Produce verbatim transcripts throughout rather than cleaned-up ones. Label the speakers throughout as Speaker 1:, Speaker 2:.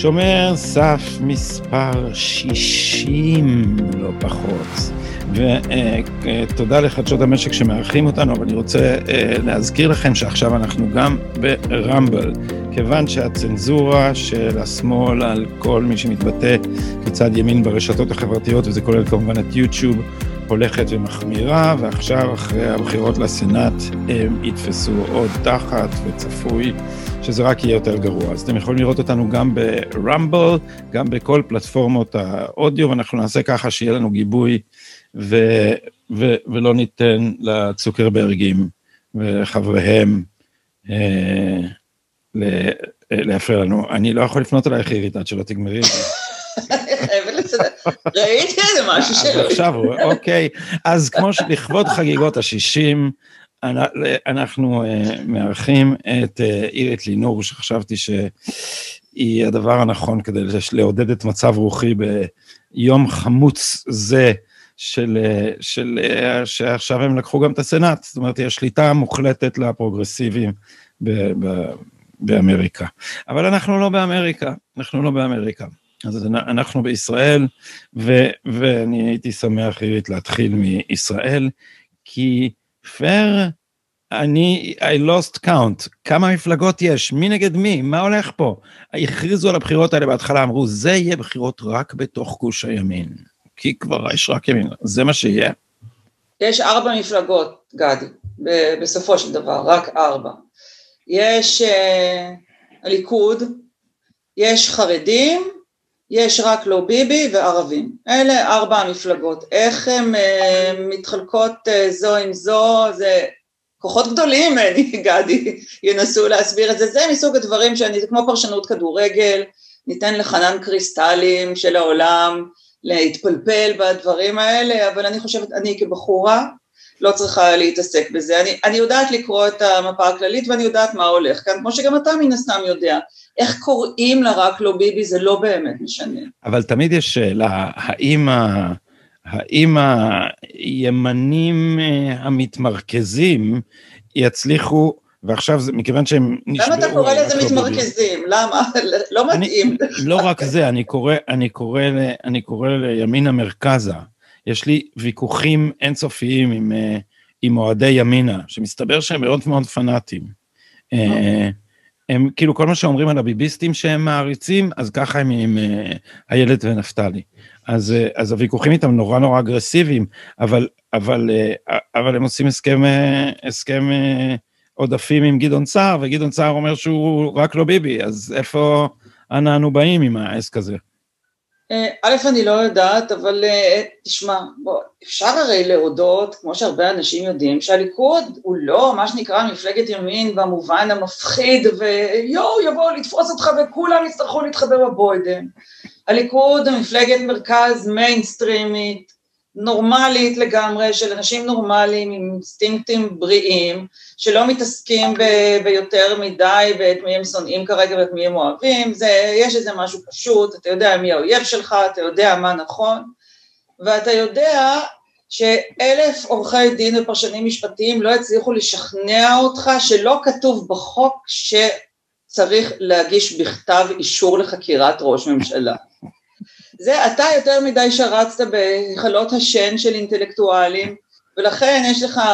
Speaker 1: שומר סף מספר שישים, לא פחות. ותודה לחדשות המשק שמארחים אותנו, אבל אני רוצה להזכיר לכם שעכשיו אנחנו גם ברמבל, כיוון שהצנזורה של השמאל על כל מי שמתבטא בצד ימין ברשתות החברתיות, וזה כולל כמובן את יוטיוב, הולכת ומחמירה, ועכשיו אחרי הבחירות לסנאט הם יתפסו עוד תחת וצפוי שזה רק יהיה יותר גרוע. אז אתם יכולים לראות אותנו גם ברמבל, גם בכל פלטפורמות האודיו, ואנחנו נעשה ככה שיהיה לנו גיבוי, ו, ו, ולא ניתן לצוקרברגים וחבריהם אה, להפריע לנו. אני לא יכול לפנות אלייך עירית עד שלא תגמרי את זה.
Speaker 2: ראיתי איזה משהו שלא.
Speaker 1: עכשיו, אוקיי. אז כמו שלכבוד חגיגות השישים, אנחנו מארחים את עירית לינור, שחשבתי שהיא הדבר הנכון כדי לעודד את מצב רוחי ביום חמוץ זה, של, של, שעכשיו הם לקחו גם את הסנאט, זאת אומרת, יש שליטה מוחלטת לפרוגרסיביים ב, ב, באמריקה. אבל אנחנו לא באמריקה, אנחנו לא באמריקה. אז אנחנו בישראל, ו, ואני הייתי שמח עירית להתחיל מישראל, כי פייר, אני, I lost count, כמה מפלגות יש, מי נגד מי, מה הולך פה? הכריזו על הבחירות האלה בהתחלה, אמרו, זה יהיה בחירות רק בתוך גוש הימין, כי כבר יש רק ימין, זה מה שיהיה.
Speaker 2: יש ארבע מפלגות, גדי, בסופו של דבר, רק ארבע. יש uh, הליכוד, יש חרדים, יש רק לא ביבי וערבים. אלה ארבע המפלגות. איך הן uh, מתחלקות uh, זו עם זו, זה כוחות גדולים, גדי, ינסו להסביר את זה. זה מסוג הדברים שאני, זה כמו פרשנות כדורגל, ניתן לחנן קריסטלים של העולם, להתפלפל בדברים האלה, אבל אני חושבת, אני כבחורה, לא צריכה להתעסק בזה. אני, אני יודעת לקרוא את המפה הכללית, ואני יודעת מה הולך כאן, כמו שגם אתה מן הסתם יודע. איך קוראים לה רק לא ביבי, זה לא באמת משנה.
Speaker 1: אבל תמיד יש שאלה, האם, ה, האם הימנים המתמרכזים יצליחו, ועכשיו זה, מכיוון שהם נשבעו...
Speaker 2: למה אתה קורא לזה מתמרכזים? למה? לא מתאים.
Speaker 1: לא רק זה, אני קורא, אני קורא, אני קורא לימין המרכזה. יש לי ויכוחים אינסופיים עם, עם אוהדי ימינה, שמסתבר שהם מאוד מאוד פנאטים. הם, כאילו, כל מה שאומרים על הביביסטים שהם מעריצים, אז ככה הם עם איילת ונפתלי. אז, אז הוויכוחים איתם נורא נורא אגרסיביים, אבל, אבל, אבל הם עושים הסכם, הסכם עודפים עם גדעון סער, וגדעון סער אומר שהוא רק לא ביבי, אז איפה אנו באים עם העסק הזה?
Speaker 2: א', אני לא יודעת, אבל תשמע, בוא, אפשר הרי להודות, כמו שהרבה אנשים יודעים, שהליכוד הוא לא מה שנקרא מפלגת ימין במובן המפחיד, ויו, יבוא לתפוס אותך וכולם יצטרכו להתחבר בבוידן. הליכוד המפלגת מרכז מיינסטרימית, נורמלית לגמרי, של אנשים נורמליים עם אינסטינקטים בריאים, שלא מתעסקים ב- ביותר מדי, ואת מי הם שונאים כרגע ואת מי הם אוהבים, זה, יש איזה משהו פשוט, אתה יודע מי האויב שלך, אתה יודע מה נכון, ואתה יודע שאלף עורכי דין ופרשנים משפטיים לא הצליחו לשכנע אותך, שלא כתוב בחוק שצריך להגיש בכתב אישור לחקירת ראש ממשלה. זה, אתה יותר מדי שרצת בחלות השן של אינטלקטואלים, ולכן יש לך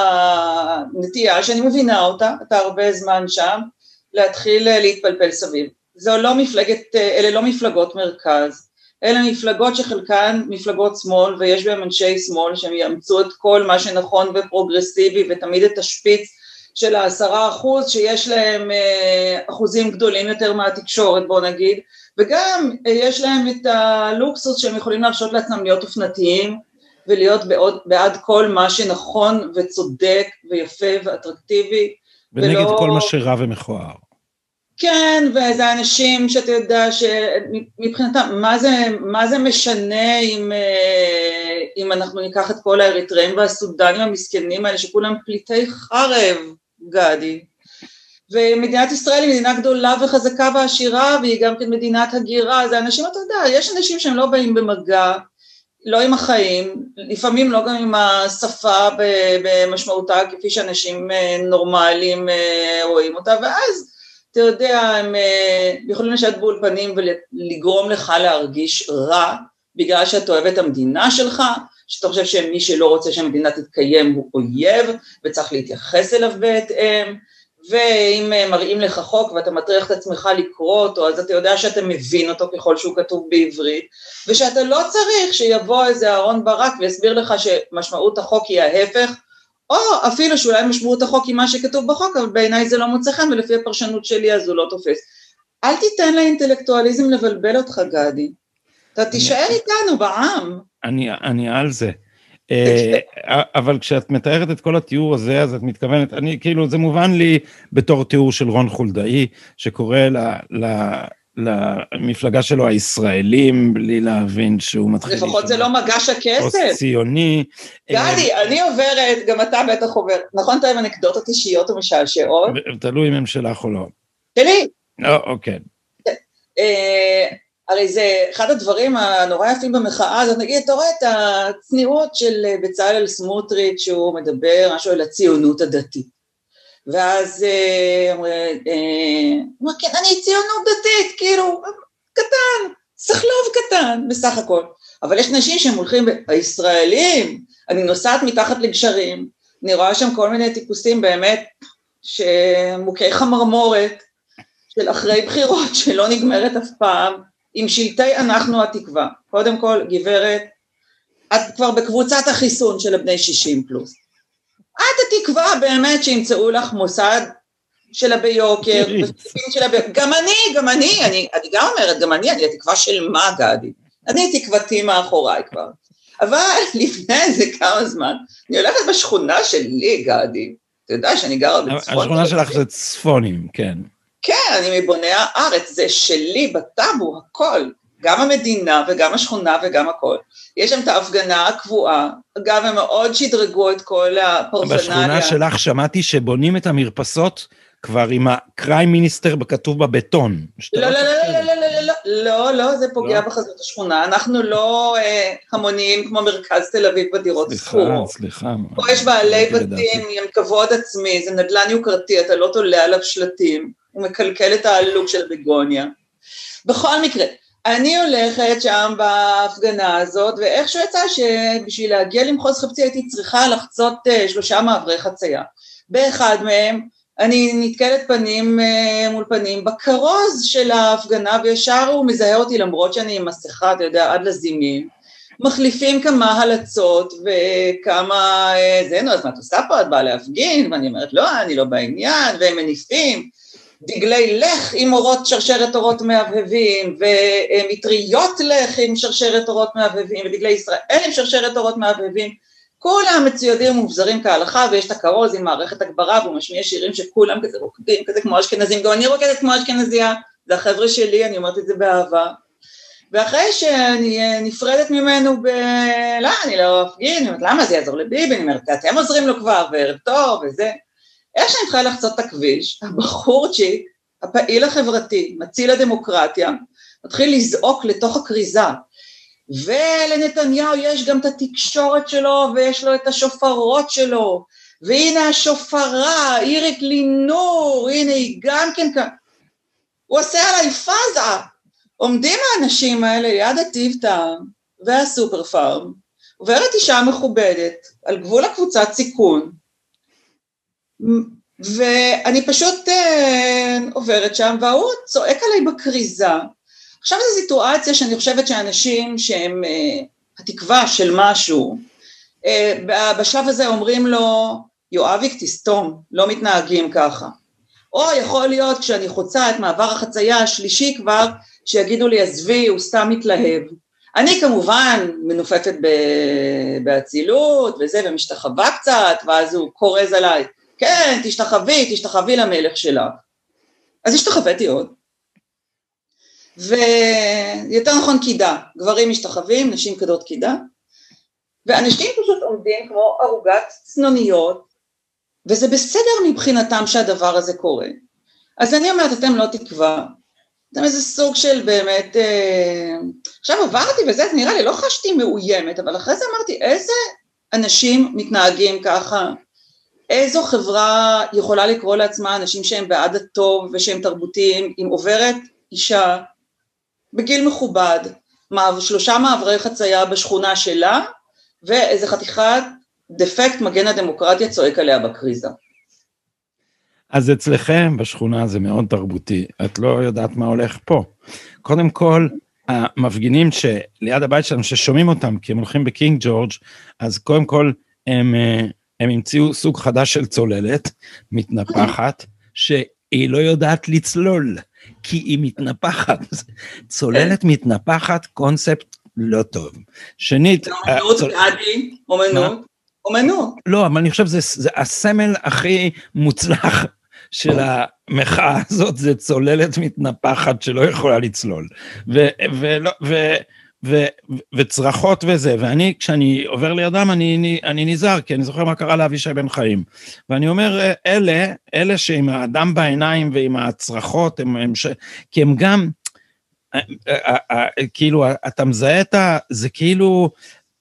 Speaker 2: נטייה שאני מבינה אותה, אתה הרבה זמן שם, להתחיל להתפלפל סביב. זו לא מפלגת, אלה לא מפלגות מרכז, אלה מפלגות שחלקן מפלגות שמאל, ויש בהם אנשי שמאל שהם יאמצו את כל מה שנכון ופרוגרסיבי, ותמיד את השפיץ של העשרה אחוז, שיש להם אחוזים גדולים יותר מהתקשורת, בוא נגיד, וגם יש להם את הלוקסוס שהם יכולים להרשות לעצמם להיות אופנתיים, ולהיות בעוד, בעד כל מה שנכון וצודק ויפה ואטרקטיבי.
Speaker 1: ונגד
Speaker 2: ולא...
Speaker 1: כל מה שרע ומכוער.
Speaker 2: כן, וזה אנשים שאתה יודע שמבחינתם, מה זה, מה זה משנה אם, אם אנחנו ניקח את כל האריתראים והסודנים המסכנים האלה, שכולם פליטי חרב, גדי. ומדינת ישראל היא מדינה גדולה וחזקה ועשירה, והיא גם כן מדינת הגירה, זה אנשים, אתה יודע, יש אנשים שהם לא באים במגע, לא עם החיים, לפעמים לא גם עם השפה במשמעותה, כפי שאנשים נורמליים רואים אותה, ואז אתה יודע, הם יכולים לשבת באולפנים ולגרום לך להרגיש רע, בגלל שאתה אוהב את המדינה שלך, שאתה חושב שמי שלא רוצה שהמדינה תתקיים הוא אויב, וצריך להתייחס אליו בהתאם, ואם מראים לך חוק ואתה מטריח את עצמך לקרוא אותו, אז אתה יודע שאתה מבין אותו ככל שהוא כתוב בעברית, ושאתה לא צריך שיבוא איזה אהרון ברק ויסביר לך שמשמעות החוק היא ההפך, או אפילו שאולי משמעות החוק היא מה שכתוב בחוק, אבל בעיניי זה לא מוצא חן, ולפי הפרשנות שלי אז הוא לא תופס. אל תיתן לאינטלקטואליזם לבלבל אותך, גדי. אתה תישאר איתנו בעם.
Speaker 1: אני, אני על זה. אבל כשאת מתארת את כל התיאור הזה, אז את מתכוונת, אני כאילו, זה מובן לי בתור תיאור של רון חולדאי, שקורא ל, ל, למפלגה שלו הישראלים, בלי להבין שהוא מתחיל...
Speaker 2: לפחות זה לא מגש הכסף.
Speaker 1: או ציוני.
Speaker 2: גדי, אני עוברת, גם אתה בטח עובר, נכון, אתה עם אנקדוטות אישיות ומשעשעות?
Speaker 1: תלוי אם הם שלך או לא.
Speaker 2: שלי.
Speaker 1: אוקיי.
Speaker 2: הרי זה אחד הדברים הנורא יפים במחאה הזאת, נגיד, אתה רואה את הצניעות של בצלאל סמוטריץ' שהוא מדבר משהו על הציונות הדתית, ואז אמר, כן, אני ציונות דתית, כאילו, קטן, סחלוב קטן, בסך הכל, אבל יש נשים שהם הולכים, הישראלים, אני נוסעת מתחת לגשרים, אני רואה שם כל מיני טיפוסים באמת, שמוכי חמרמורת, של אחרי בחירות, שלא נגמרת אף פעם, עם שלטי אנחנו התקווה. קודם כל, גברת, את כבר בקבוצת החיסון של הבני שישים פלוס. את התקווה באמת שימצאו לך מוסד של הביוקר, של הביוקר. גם אני, גם אני, אני, אני גם אומרת, גם אני, אני התקווה של מה, גדי? אני תקוותי מאחוריי כבר. אבל לפני זה כמה זמן, אני הולכת בשכונה שלי, גדי, אתה יודע שאני גרה בצפון.
Speaker 1: השכונה שלך זה צפונים, כן.
Speaker 2: כן, אני מבוני הארץ, זה שלי בטאבו, הכל, גם המדינה וגם השכונה וגם הכל. יש שם את ההפגנה הקבועה, אגב, הם מאוד שדרגו את כל הפרסונליה.
Speaker 1: בשכונה שלך שמעתי שבונים את המרפסות כבר עם הקריים מיניסטר בכתוב בבטון.
Speaker 2: לא, לא, לא, לא, לא, לא, לא, לא, זה פוגע בחזות השכונה, אנחנו לא המוניים כמו מרכז תל אביב בדירות סחור.
Speaker 1: סליחה, סליחה.
Speaker 2: פה יש בעלי בתים עם כבוד עצמי, זה נדל"ן יוקרתי, אתה לא תולה עליו שלטים. הוא מקלקל את העלוק של ביגוניה. בכל מקרה, אני הולכת שם בהפגנה הזאת, ואיכשהו יצא שבשביל להגיע למחוז חפצי הייתי צריכה לחצות שלושה מעברי חצייה. באחד מהם אני נתקלת פנים מול פנים בקרוז של ההפגנה, וישר הוא מזהה אותי למרות שאני עם מסכה, אתה יודע, עד לזימים. מחליפים כמה הלצות וכמה, זה נו, אז מה את עושה פה? את באה להפגין? ואני אומרת, לא, אני לא בעניין, והם מניפים. דגלי לך עם אורות שרשרת אורות מהבהבים, ומטריות לך עם שרשרת אורות מהבהבים, ודגלי ישראל עם שרשרת אורות מהבהבים, כולם מצוידים ומובזרים כהלכה, ויש את הכרוז עם מערכת הגברה, והוא משמיע שירים שכולם כזה רוקדים, כזה כמו אשכנזים, גם אני רוקדת כמו אשכנזייה, זה החבר'ה שלי, אני אומרת את זה באהבה, ואחרי שאני נפרדת ממנו ב... לא, אני לא אפגין, אני אומרת, למה זה יעזור לביבי? אני אומרת, אתם עוזרים לו כבר, וערב טוב, וזה. איך שאני התחילה לחצות את הכביש, הבחורצ'יק, הפעיל החברתי, מציל הדמוקרטיה, מתחיל לזעוק לתוך הקריזה, ולנתניהו יש גם את התקשורת שלו, ויש לו את השופרות שלו, והנה השופרה, אירית לינור, הנה היא גם כן כאן, הוא עושה עליי פאזה, עומדים האנשים האלה ליד הטיב טעם, והסופר פארם, עוברת אישה מכובדת, על גבול הקבוצת סיכון, ואני פשוט אה, עוברת שם, והוא צועק עליי בקריזה. עכשיו זו סיטואציה שאני חושבת שאנשים שהם אה, התקווה של משהו, אה, בשלב הזה אומרים לו, יואביק תסתום, לא מתנהגים ככה. או יכול להיות כשאני חוצה את מעבר החצייה השלישי כבר, שיגידו לי עזבי, הוא סתם מתלהב. אני כמובן מנופפת בהצילות וזה, ומשתחווה קצת, ואז הוא קורז עליי, כן, תשתחווי, תשתחווי למלך שלך. אז השתחוויתי עוד. ויותר נכון קידה, גברים משתחווים, נשים קדות קידה, ואנשים פשוט עומדים כמו ערוגת צנוניות, וזה בסדר מבחינתם שהדבר הזה קורה. אז אני אומרת, אתם לא תקווה, אתם איזה סוג של באמת, אה... עכשיו עברתי וזה, אז נראה לי, לא חשתי מאוימת, אבל אחרי זה אמרתי, איזה אנשים מתנהגים ככה, איזו חברה יכולה לקרוא לעצמה אנשים שהם בעד הטוב ושהם תרבותיים, אם עוברת אישה בגיל מכובד, שלושה מעברי חצייה בשכונה שלה, ואיזה חתיכת דפקט מגן הדמוקרטיה צועק עליה בקריזה.
Speaker 1: אז אצלכם בשכונה זה מאוד תרבותי, את לא יודעת מה הולך פה. קודם כל, המפגינים שליד הבית שלנו, ששומעים אותם, כי הם הולכים בקינג ג'ורג', אז קודם כל, הם, הם המציאו סוג חדש של צוללת, מתנפחת, שהיא לא יודעת לצלול, כי היא מתנפחת. צוללת מתנפחת, קונספט לא טוב. שנית...
Speaker 2: אומנות, גדי, אומנות, אומנות.
Speaker 1: לא, אבל אני חושב שזה הסמל הכי מוצלח של המחאה הזאת, זה צוללת מתנפחת שלא יכולה לצלול. וצרחות וזה, ואני, כשאני עובר לידם, אני, אני נזהר, כי אני זוכר מה קרה לאבישי בן חיים. ואני אומר, אלה, אלה שעם האדם בעיניים ועם הצרחות, הם, הם ש... כי הם גם, כאילו, אתה מזהה את ה... זה כאילו,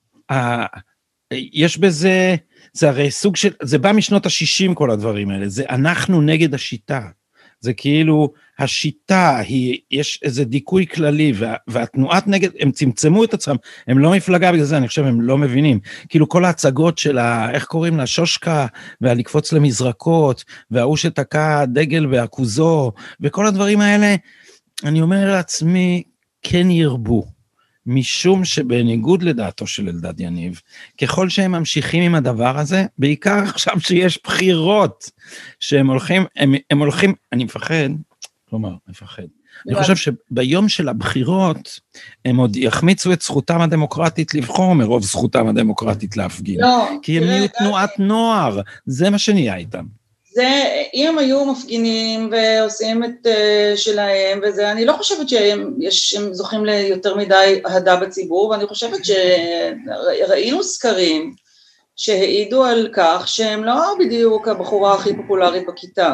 Speaker 1: יש בזה, זה הרי סוג של, זה בא משנות ה-שישים כל הדברים האלה, זה אנחנו נגד השיטה. זה כאילו, השיטה היא, יש איזה דיכוי כללי, וה, והתנועת נגד, הם צמצמו את עצמם, הם לא מפלגה בגלל זה, אני חושב, הם לא מבינים, כאילו כל ההצגות של ה, איך קוראים לה, שושקה, והלקפוץ למזרקות, וההוא שתקע דגל והכוזו, וכל הדברים האלה, אני אומר לעצמי, כן ירבו, משום שבניגוד לדעתו של אלדד יניב, ככל שהם ממשיכים עם הדבר הזה, בעיקר עכשיו שיש בחירות, שהם הולכים, הם, הם הולכים, אני מפחד, כלומר, מפחד, אני חושב שביום של הבחירות, הם עוד יחמיצו את זכותם הדמוקרטית לבחור, מרוב זכותם הדמוקרטית להפגין, כי הם נהיו תנועת נוער, זה מה שנהיה איתם.
Speaker 2: זה, אם הם היו מפגינים ועושים את uh, שלהם וזה, אני לא חושבת שהם, יש, הם זוכים ליותר מדי אהדה בציבור, ואני חושבת שראינו סקרים שהעידו על כך שהם לא בדיוק הבחורה הכי פופולרית בכיתה,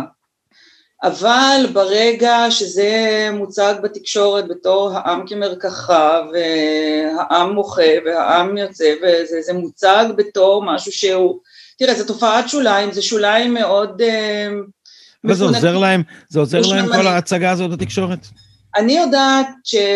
Speaker 2: אבל ברגע שזה מוצג בתקשורת בתור העם כמרקחה, והעם מוחה והעם יוצא, וזה זה מוצג בתור משהו שהוא, תראה, זה תופעת שוליים, זה שוליים מאוד...
Speaker 1: אבל זה עוזר להם, זה עוזר להם כל ההצגה הזאת בתקשורת?
Speaker 2: אני יודעת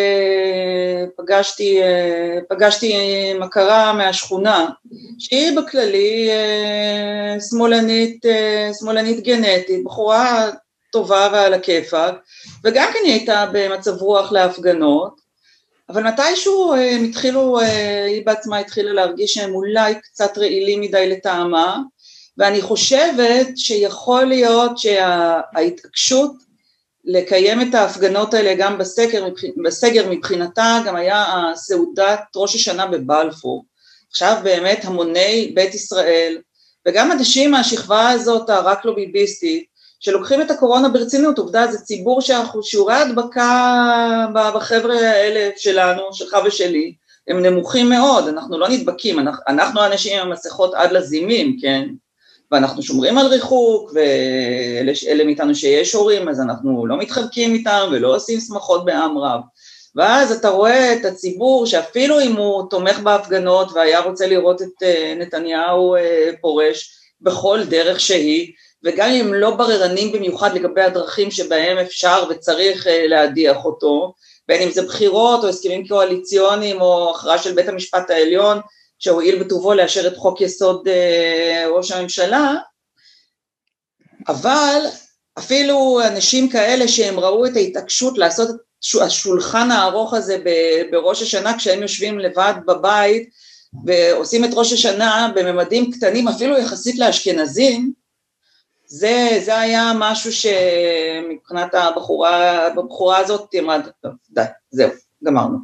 Speaker 2: שפגשתי, פגשתי מכרה מהשכונה, שהיא בכללי שמאלנית, שמאלנית גנטית, בחורה טובה ועל הכיפק, וגם כן היא הייתה במצב רוח להפגנות, אבל מתישהו הם התחילו, היא בעצמה התחילה להרגיש שהם אולי קצת רעילים מדי לטעמה, ואני חושבת שיכול להיות שההתעקשות לקיים את ההפגנות האלה גם בסגר, בסגר מבחינתה, גם היה הסעודת ראש השנה בבלפור. עכשיו באמת המוני בית ישראל, וגם אנשים מהשכבה הזאת, הרק לא ביביסטית, שלוקחים את הקורונה ברצינות, עובדה, זה ציבור ששיעורי ההדבקה בחבר'ה האלה שלנו, שלך ושלי, הם נמוכים מאוד, אנחנו לא נדבקים, אנחנו, אנחנו אנשים עם המסכות עד לזימים, כן? ואנחנו שומרים על ריחוק, ואלה מאיתנו שיש הורים, אז אנחנו לא מתחבקים איתם, ולא עושים שמחות בעם רב. ואז אתה רואה את הציבור, שאפילו אם הוא תומך בהפגנות, והיה רוצה לראות את נתניהו פורש, בכל דרך שהיא, וגם אם לא בררנים במיוחד לגבי הדרכים שבהם אפשר וצריך להדיח אותו, בין אם זה בחירות או הסכמים קואליציוניים או הכרעה של בית המשפט העליון, שהועיל בטובו לאשר את חוק יסוד ראש הממשלה, אבל אפילו אנשים כאלה שהם ראו את ההתעקשות לעשות את השולחן הארוך הזה בראש השנה, כשהם יושבים לבד בבית ועושים את ראש השנה בממדים קטנים, אפילו יחסית לאשכנזים, זה, זה היה משהו שמבחינת הבחורה, בבחורה הזאת, תמרד, טוב, די, זהו, גמרנו.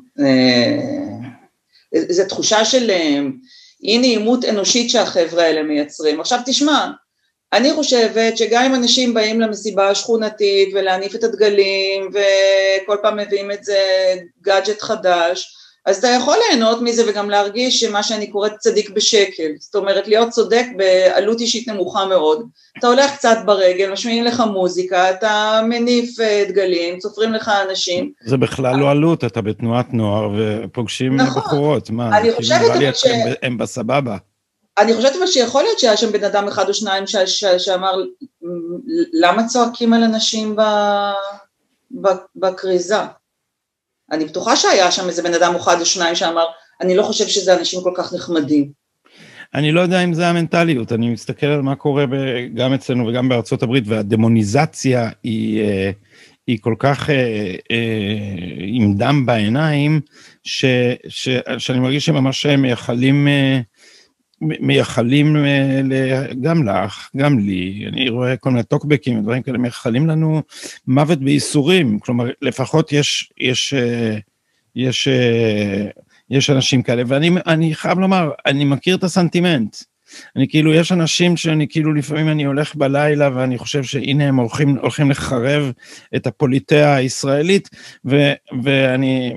Speaker 2: זו תחושה של אי נעימות אנושית שהחבר'ה האלה מייצרים. עכשיו תשמע, אני חושבת שגם אם אנשים באים למסיבה השכונתית ולהניף את הדגלים, וכל פעם מביאים את זה גאדג'ט חדש, אז אתה יכול ליהנות מזה וגם להרגיש שמה שאני קוראת צדיק בשקל, זאת אומרת להיות צודק בעלות אישית נמוכה מאוד, אתה הולך קצת ברגל, משמיעים לך מוזיקה, אתה מניף דגלים, צופרים לך אנשים. זה
Speaker 1: בכלל לא עלות, אתה בתנועת נוער ופוגשים בחורות, מה?
Speaker 2: אני חושבת
Speaker 1: ש... הם בסבבה.
Speaker 2: אני חושבת אבל שיכול להיות שהיה שם בן אדם אחד או שניים ש, ש, שאמר, למה צועקים על אנשים ב, ב, בקריזה? אני בטוחה שהיה שם איזה בן אדם אחד או שניים שאמר, אני לא חושב שזה אנשים כל כך נחמדים.
Speaker 1: אני לא יודע אם זה המנטליות, אני מסתכל על מה קורה גם אצלנו וגם בארצות הברית, והדמוניזציה היא, היא כל כך עם דם בעיניים, ש, ש, שאני מרגיש שממש מייחלים, מייחלים גם לך, גם לי, אני רואה כל מיני טוקבקים, דברים כאלה, מייחלים לנו מוות בייסורים, כלומר, לפחות יש, יש, יש, יש אנשים כאלה, ואני אני חייב לומר, אני מכיר את הסנטימנט, אני כאילו, יש אנשים שאני כאילו, לפעמים אני הולך בלילה, ואני חושב שהנה הם הולכים, הולכים לחרב את הפוליטאה הישראלית, ו, ואני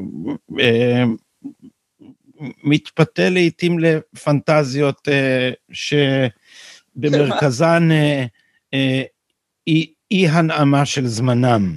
Speaker 1: מתפתה לעתים לפנטזיות שבמרכזן אי הנעמה של זמנם.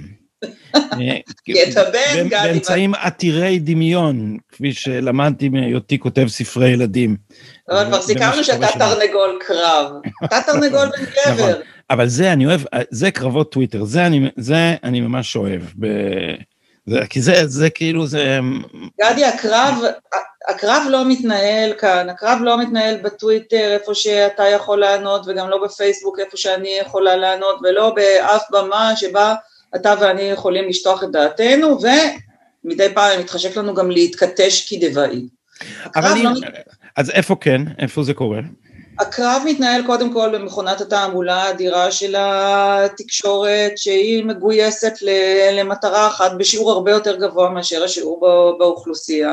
Speaker 1: באמצעים עתירי דמיון, כפי שלמדתי מהיותי כותב ספרי ילדים.
Speaker 2: אבל כבר סיכמנו שאתה תרנגול קרב, אתה תרנגול בן גבר.
Speaker 1: אבל זה אני אוהב, זה קרבות טוויטר, זה אני ממש אוהב, כי זה כאילו זה...
Speaker 2: גדי, הקרב, הקרב לא מתנהל כאן, הקרב לא מתנהל בטוויטר, איפה שאתה יכול לענות, וגם לא בפייסבוק, איפה שאני יכולה לענות, ולא באף במה שבה אתה ואני יכולים לשטוח את דעתנו, ומדי פעם מתחשק לנו גם להתכתש כדבעי.
Speaker 1: אז איפה כן? איפה זה קורה?
Speaker 2: הקרב מתנהל קודם כל במכונת התעמולה האדירה של התקשורת, שהיא מגויסת למטרה אחת, בשיעור הרבה יותר גבוה מאשר השיעור באוכלוסייה,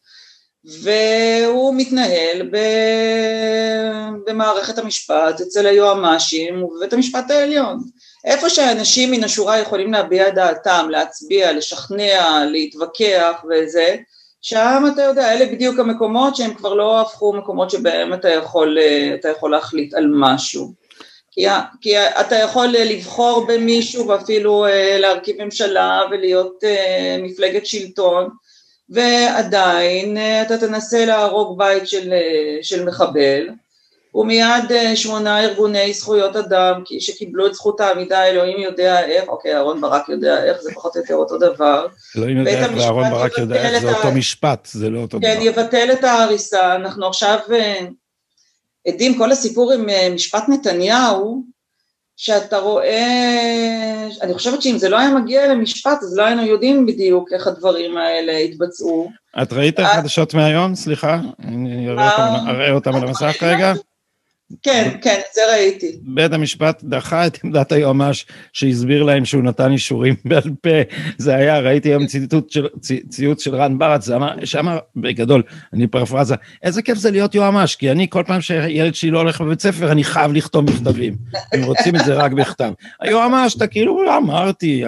Speaker 2: והוא מתנהל במערכת המשפט, אצל היועמ"שים ובבית המשפט העליון. איפה שהאנשים מן השורה יכולים להביע דעתם, להצביע, לשכנע, להתווכח וזה, שם אתה יודע, אלה בדיוק המקומות שהם כבר לא הפכו מקומות שבהם אתה יכול, אתה יכול להחליט על משהו. כי, כי אתה יכול לבחור במישהו ואפילו להרכיב ממשלה ולהיות מפלגת שלטון, ועדיין אתה תנסה להרוג בית של, של מחבל, ומיד שמונה ארגוני זכויות אדם שקיבלו את זכות העמידה, אלוהים יודע איך, אוקיי, אהרון ברק יודע איך, זה פחות או יותר אותו דבר.
Speaker 1: אלוהים יודע איך, ואהרון ברק יודע איך, זה אותו משפט, זה לא אותו דבר.
Speaker 2: כן, יבטל את ההריסה, אנחנו עכשיו עדים כל הסיפור עם משפט נתניהו, שאתה רואה, אני חושבת שאם זה לא היה מגיע למשפט, אז לא היינו יודעים בדיוק איך הדברים האלה התבצעו.
Speaker 1: את ראית חדשות מהיום? סליחה, אני אראה אותם על המסך כרגע.
Speaker 2: כן, כן, זה ראיתי.
Speaker 1: בית המשפט דחה את עמדת היועמ"ש, שהסביר להם שהוא נתן אישורים בעל פה, זה היה, ראיתי היום ציוץ של רן ברץ, זה אמר, שאמר בגדול, אני פרפרזה, איזה כיף זה להיות יועמ"ש, כי אני כל פעם שילד שלי לא הולך בבית ספר, אני חייב לכתוב מכתבים, הם רוצים את זה רק בכתב. היועמ"ש, אתה כאילו, אמרתי,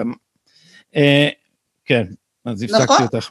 Speaker 1: כן, אז הפסקתי אותך.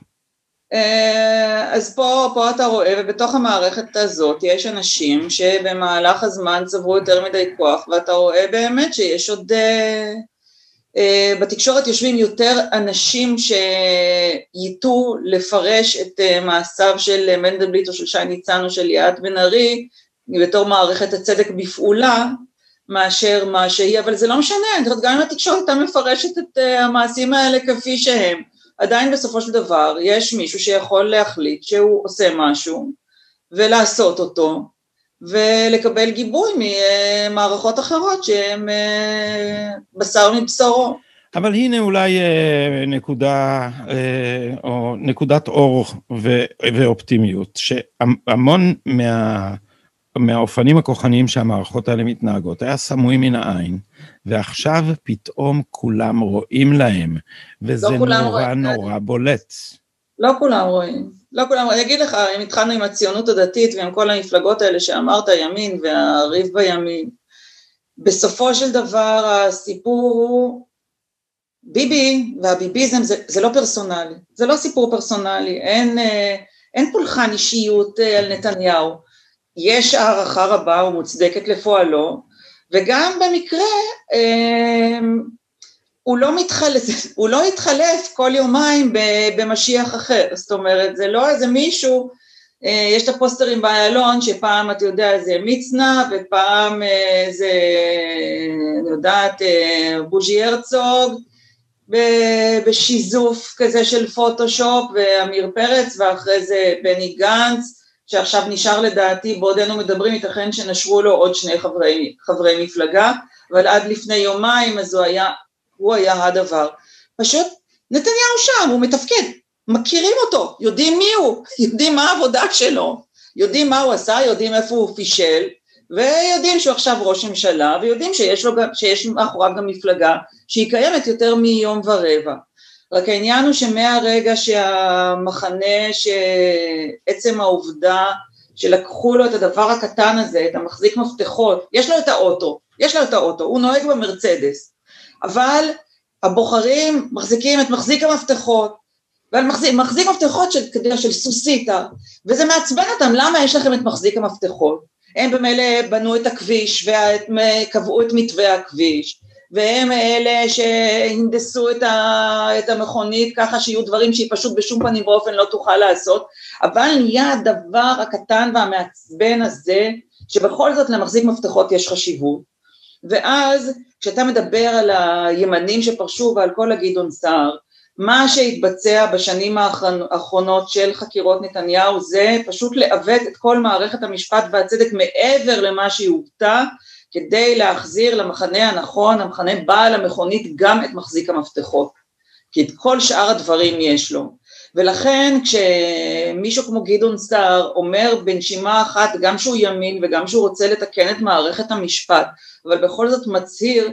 Speaker 2: אז פה, פה אתה רואה, ובתוך המערכת הזאת יש אנשים שבמהלך הזמן צברו יותר מדי כוח, ואתה רואה באמת שיש עוד, בתקשורת יושבים יותר אנשים שייתו לפרש את מעשיו של מנדלבליט או של שי ניצן או של ליאת בן ארי, בתור מערכת הצדק בפעולה, מאשר מה שהיא, אבל זה לא משנה, גם אם התקשורת הייתה מפרשת את המעשים האלה כפי שהם, עדיין בסופו של דבר יש מישהו שיכול להחליט שהוא עושה משהו ולעשות אותו ולקבל גיבוי ממערכות אחרות שהן בשר מבשרו.
Speaker 1: אבל הנה אולי נקודה או נקודת אור ואופטימיות, שהמון מה מהאופנים הכוחניים שהמערכות האלה מתנהגות, היה סמויים מן העין, ועכשיו פתאום כולם רואים להם, וזה לא נורא רואים. נורא בולט.
Speaker 2: לא כולם רואים, לא כולם רואים, אני אגיד לך, אם התחלנו עם הציונות הדתית, ועם כל המפלגות האלה שאמרת, ימין והריב בימין, בסופו של דבר הסיפור הוא, ביבי והביביזם זה, זה לא פרסונלי, זה לא סיפור פרסונלי, אין, אין פולחן אישיות על נתניהו, יש הערכה רבה ומוצדקת לפועלו, וגם במקרה אה, הוא לא מתחלף, הוא לא התחלף כל יומיים במשיח אחר, זאת אומרת, זה לא איזה מישהו יש את הפוסטרים באיילון, שפעם, אתה יודע, זה מצנע, ופעם זה, אני יודעת, בוז'י הרצוג, בשיזוף כזה של פוטושופ, ואמיר פרץ, ואחרי זה בני גנץ, שעכשיו נשאר לדעתי, בעודנו מדברים, ייתכן שנשרו לו עוד שני חברי, חברי מפלגה, אבל עד לפני יומיים, אז הוא היה, הוא היה הדבר. פשוט, נתניהו שם, הוא מתפקד, מכירים אותו, יודעים מי הוא, יודעים מה העבודה שלו, יודעים מה הוא עשה, יודעים איפה הוא פישל, ויודעים שהוא עכשיו ראש ממשלה, ויודעים שיש לו, שיש מאחוריו גם מפלגה, שהיא קיימת יותר מיום ורבע. רק העניין הוא שמהרגע שהמחנה, שעצם העובדה, שלקחו לו את הדבר הקטן הזה, את המחזיק מפתחות, יש לו את האוטו, יש לו את האוטו, הוא נוהג במרצדס, אבל הבוחרים מחזיקים את מחזיק המפתחות, ומחזיק מחזיק מפתחות של, של סוסיטה, וזה מעצבן אותם, למה יש לכם את מחזיק המפתחות? הם במילא בנו את הכביש, וקבעו את מתווה הכביש, והם אלה שהנדסו את, ה, את המכונית, ככה שיהיו דברים שהיא פשוט בשום פנים באופן לא תוכל לעשות, אבל נהיה הדבר הקטן והמעצבן הזה, שבכל זאת למחזיק מפתחות יש חשיבות, ואז כשאתה מדבר על הימנים שפרשו ועל כל הגדעון סער, מה שהתבצע בשנים האחרונות של חקירות נתניהו, זה פשוט לעוות את כל מערכת המשפט והצדק מעבר למה שהיא הובטה, כדי להחזיר למחנה הנכון, המחנה בעל המכונית, גם את מחזיק המפתחות, כי את כל שאר הדברים יש לו, ולכן כשמישהו כמו גדעון סער אומר בנשימה אחת, גם שהוא ימין וגם שהוא רוצה לתקן את מערכת המשפט, אבל בכל זאת מצהיר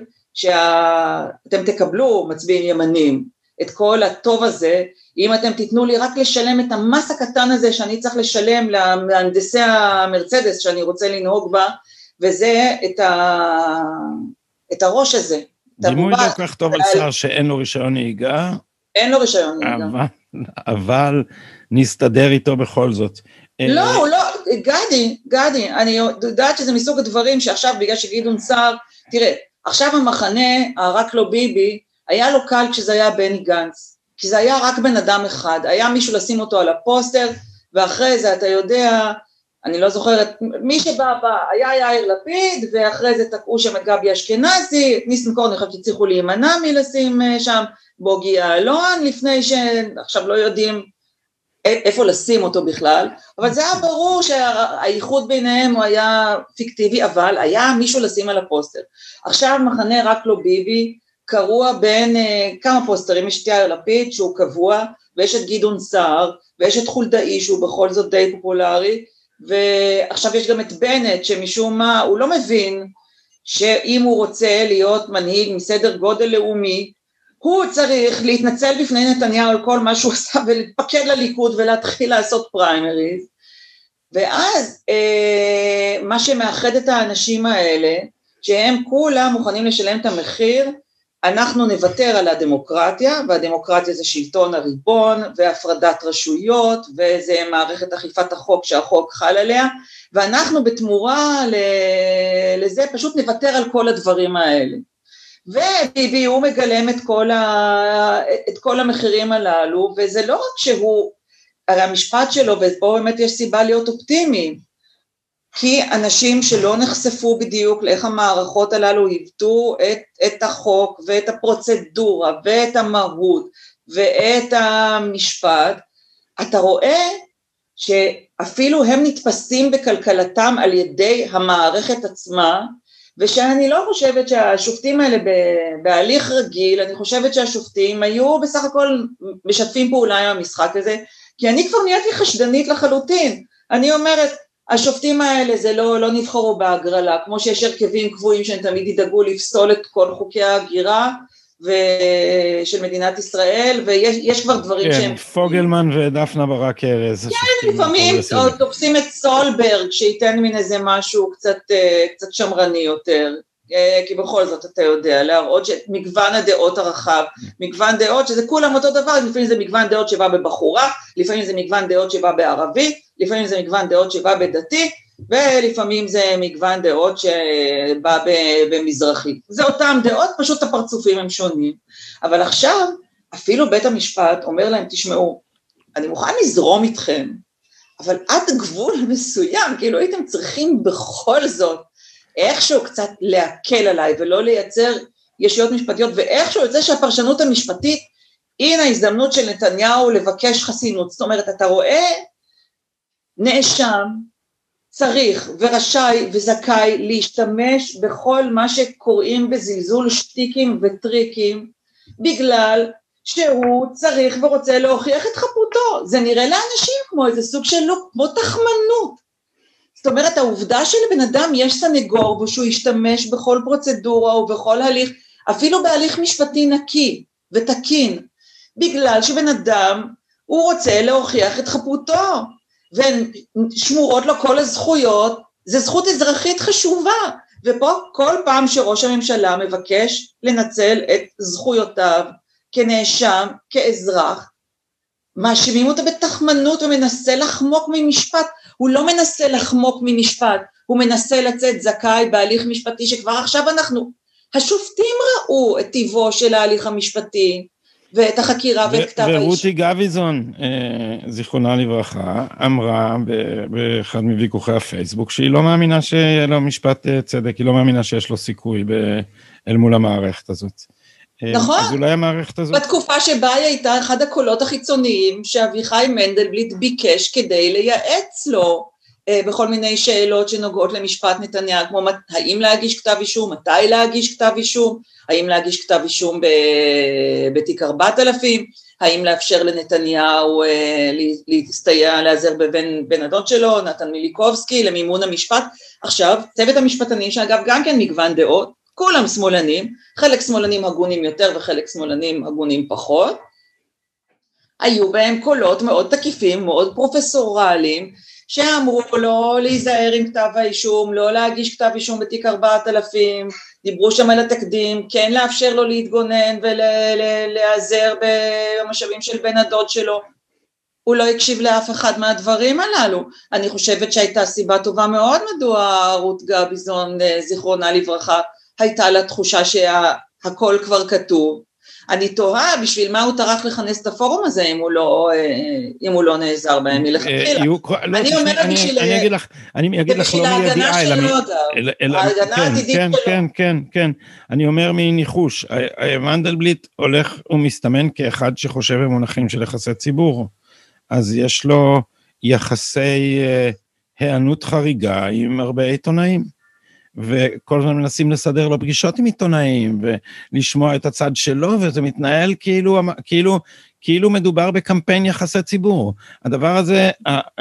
Speaker 2: שאתם תקבלו מצביעים ימנים, את כל הטוב הזה, אם אתם תיתנו לי רק לשלם את המס הקטן הזה, שאני צריך לשלם למהנדסי המרצדס, שאני רוצה לנהוג בה, וזה את, ה... את הראש הזה.
Speaker 1: דימוי לא כך טוב על שר שאין לו רישיון נהיגה.
Speaker 2: אין לו רישיון נהיגה.
Speaker 1: אבל, אבל נסתדר איתו בכל זאת.
Speaker 2: לא, לא, גדי, גדי, אני יודעת שזה מסוג הדברים שעכשיו בגלל שגדעון סער, תראה, עכשיו המחנה, רק לא ביבי, היה לו קל כשזה היה בני גנץ, כי זה היה רק בן אדם אחד, היה מישהו לשים אותו על הפוסטר, ואחרי זה אתה יודע, אני לא זוכרת, מי שבא בא, היה יאיר לפיד, ואחרי זה תקעו שם את גבי אשכנזי, ניסנקורן, אני חושבת שצריכו להימנע מלשים שם, בוגי יעלון, לפני שעכשיו לא יודעים איפה לשים אותו בכלל, אבל זה היה ברור שהייחוד ביניהם הוא היה פיקטיבי, אבל היה מישהו לשים על הפוסטר. עכשיו מחנה רק לא ביבי, קרוע בין uh, כמה פוסטרים, יש את יאיר לפיד שהוא קבוע, ויש את גדעון סער, ויש את חולדאי שהוא בכל זאת די פופולרי, ועכשיו יש גם את בנט שמשום מה הוא לא מבין, שאם הוא רוצה להיות מנהיג מסדר גודל לאומי, הוא צריך להתנצל בפני נתניהו על כל מה שהוא עושה, ולהתפקד לליכוד ולהתחיל לעשות פריימריז, ואז אה, מה שמאחד את האנשים האלה, שהם כולם מוכנים לשלם את המחיר, אנחנו נוותר על הדמוקרטיה, והדמוקרטיה זה שלטון הריבון, והפרדת רשויות, וזה מערכת אכיפת החוק שהחוק חל עליה, ואנחנו בתמורה לזה פשוט נוותר על כל הדברים האלה. וביבי הוא מגלם את כל, ה, את כל המחירים הללו, וזה לא רק שהוא, הרי המשפט שלו, ופה באמת יש סיבה להיות אופטימיים, כי אנשים שלא נחשפו בדיוק לאיך המערכות הללו היבטו את, את החוק ואת הפרוצדורה ואת המהות ואת המשפט, אתה רואה שאפילו הם נתפסים בכלכלתם על ידי המערכת עצמה, ושאני לא חושבת שהשופטים האלה בהליך רגיל, אני חושבת שהשופטים היו בסך הכל משתפים פעולה עם המשחק הזה, כי אני כבר נהייתי חשדנית לחלוטין, אני אומרת, השופטים האלה זה לא, לא נבחרו בהגרלה, כמו שיש הרכבים קבועים שהם תמיד ידאגו לפסול את כל חוקי ההגירה של מדינת ישראל, ויש כבר דברים
Speaker 1: כן,
Speaker 2: שהם...
Speaker 1: פוגלמן ודפנה ברק ארז.
Speaker 2: כן, לפעמים תופסים את סולברג, שייתן מן איזה משהו קצת, קצת שמרני יותר, כי בכל זאת אתה יודע, להראות שמגוון הדעות הרחב, מגוון דעות שזה כולם אותו דבר, לפעמים זה מגוון דעות שבא בבחורה, לפעמים זה מגוון דעות שבא בערבי, לפעמים זה מגוון דעות שבא בדתי, ולפעמים זה מגוון דעות שבא במזרחי. זה אותם דעות, פשוט הפרצופים הם שונים. אבל עכשיו, אפילו בית המשפט אומר להם, תשמעו, אני מוכן לזרום איתכם, אבל עד גבול מסוים, כאילו הייתם צריכים בכל זאת, איכשהו קצת להקל עליי, ולא לייצר ישויות משפטיות, ואיכשהו יוצא שהפרשנות המשפטית, הנה ההזדמנות של נתניהו לבקש חסינות, זאת אומרת, אתה רואה, נאשם, צריך ורשאי וזכאי להשתמש בכל מה שקוראים בזלזול שטיקים וטריקים, בגלל שהוא צריך ורוצה להוכיח את חפותו. זה נראה לאנשים כמו איזה סוג שלו, כמו תחמנות. זאת אומרת, העובדה שלבן אדם יש סנגור, ושהוא ישתמש בכל פרוצדורה ובכל הליך, אפילו בהליך משפטי נקי ותקין, בגלל שבן אדם הוא רוצה להוכיח את חפותו, ושמורות לו כל הזכויות, זה זכות אזרחית חשובה, ופה כל פעם שראש הממשלה מבקש לנצל את זכויותיו, כנאשם, כאזרח, מאשימים אותו בתחמנות, ומנסה לחמוק ממשפט, הוא לא מנסה לחמוק ממשפט, הוא מנסה לצאת זכאי בהליך משפטי, שכבר עכשיו אנחנו, השופטים ראו את טיבו של ההליך המשפטי, ואת החקירה ואת כתב האישום.
Speaker 1: ורותי גביזון, זיכרונה לברכה, אמרה באחד מוויכוחי הפייסבוק, שהיא לא מאמינה שיהיה לו משפט צדק, היא לא מאמינה שיש לו סיכוי אל מול המערכת הזאת.
Speaker 2: נכון.
Speaker 1: אז אולי המערכת הזאת...
Speaker 2: בתקופה שבה היא הייתה אחד הקולות החיצוניים, שאביחי מנדלבליט ביקש כדי לייעץ לו, בכל מיני שאלות שנוגעות למשפט נתניהו, כמו האם להגיש כתב אישום, מתי להגיש כתב אישום, האם להגיש כתב אישום בתיק ארבעת אלפים, האם לאפשר לנתניהו להסתייע, להיעזר בבן בן הדוד שלו, נתן מיליקובסקי, למימון המשפט. עכשיו, צוות המשפטנים, שאגב גם כן מגוון דעות, כולם שמאלנים, חלק שמאלנים הגונים יותר וחלק שמאלנים הגונים פחות, היו בהם קולות מאוד תקיפים, מאוד פרופסורליים, שאמרו לו להיזהר עם כתב האישום, לא להגיש כתב אישום בתיק ארבעת אלפים, דיברו שם על התקדים, כן לאפשר לו להתגונן ולהיעזר במשאבים של בן הדוד שלו. הוא לא הקשיב לאף אחד מהדברים הללו. אני חושבת שהייתה סיבה טובה מאוד מדוע רות גביזון, זיכרונה לברכה, הייתה לה תחושה שהכל כבר כתוב. אני תוהה בשביל מה הוא טרח לכנס את הפורום הזה, אם הוא לא, אם הוא לא נעזר בהם מלכתחילה. אני אומרת בשביל...
Speaker 1: אני אגיד לך, אני אגיד לך לא מידיעה, אלא... כן, כן, כן, כן, כן. אני אומר מניחוש, מנדלבליט הולך ומסתמן כאחד שחושב במונחים של יחסי ציבור, אז יש לו יחסי הענות חריגה עם הרבה עיתונאים. וכל הזמן מנסים לסדר לו פגישות עם עיתונאים, ולשמוע את הצד שלו, וזה מתנהל כאילו, כאילו, כאילו מדובר בקמפיין יחסי ציבור. הדבר הזה,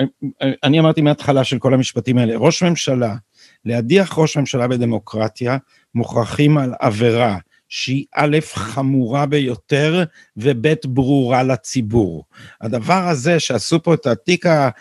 Speaker 1: אני אמרתי מההתחלה של כל המשפטים האלה, ראש ממשלה, להדיח ראש ממשלה בדמוקרטיה, מוכרחים על עבירה, שהיא א' חמורה ביותר, וב' ברורה לציבור. הדבר הזה שעשו פה את התיק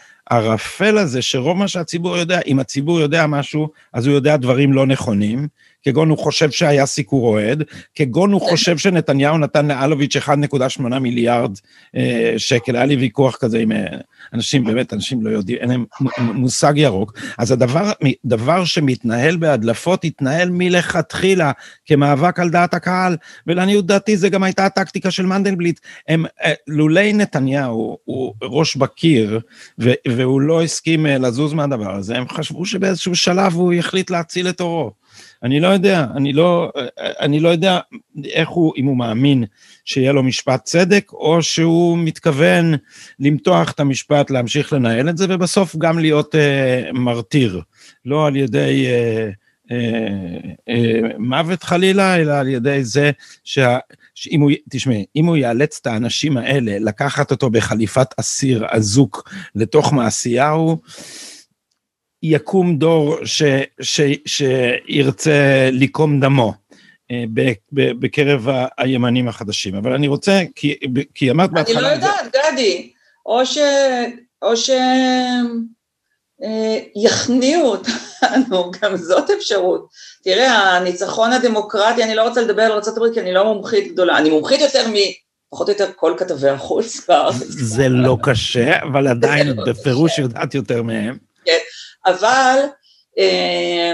Speaker 1: הרפל הזה, שרוב מה שהציבור יודע, אם הציבור יודע משהו, אז הוא יודע דברים לא נכונים, כגון הוא חושב שהיה סיקור אוהד, כגון הוא חושב שנתניהו נתן לאלוביץ' אחד נקודה שמונה מיליארד אה, שקל, היה לי ויכוח כזה עם אה, אנשים, באמת אנשים לא יודעים, אין להם מושג ירוק, אז הדבר דבר שמתנהל בהדלפות, התנהל מלכתחילה, כמאבק על דעת הקהל, ולעניות דעתי זה גם הייתה הטקטיקה של מנדלבליט, הם, אה, לולי נתניהו, הוא ראש בקיר, ו, והוא לא הסכים אה, לזוז מהדבר הזה, הם חשבו שבאיזשהו שלב הוא יחליט להציל את אורו, אני לא יודע, אני לא, אני לא יודע איך הוא, אם הוא מאמין שיהיה לו משפט צדק, או שהוא מתכוון למתוח את המשפט, להמשיך לנהל את זה, ובסוף גם להיות אה, מרתיר, לא על ידי אה, אה, אה, מוות חלילה, אלא על ידי זה, שה, שאם הוא, תשמע, אם הוא יאלץ את האנשים האלה, לקחת אותו בחליפת אסיר אזוק, לתוך מעשיהו, יקום דור ש, ש, שירצה לקום דמו ב, ב, בקרב הימנים החדשים, אבל אני רוצה, כי, כי אמרת בהתחלה...
Speaker 2: אני לא יודעת, זה... גדי, או ש... או ש... יכניעו אותנו, גם זאת אפשרות. תראה, הניצחון הדמוקרטי, אני לא רוצה לדבר על ארצות הברית, כי אני לא מומחית גדולה, אני מומחית יותר מ... פחות או יותר כל כתבי החוץ.
Speaker 1: זה לא קשה, אבל עדיין בפירוש יודעת יותר מהם.
Speaker 2: כן. אבל אה,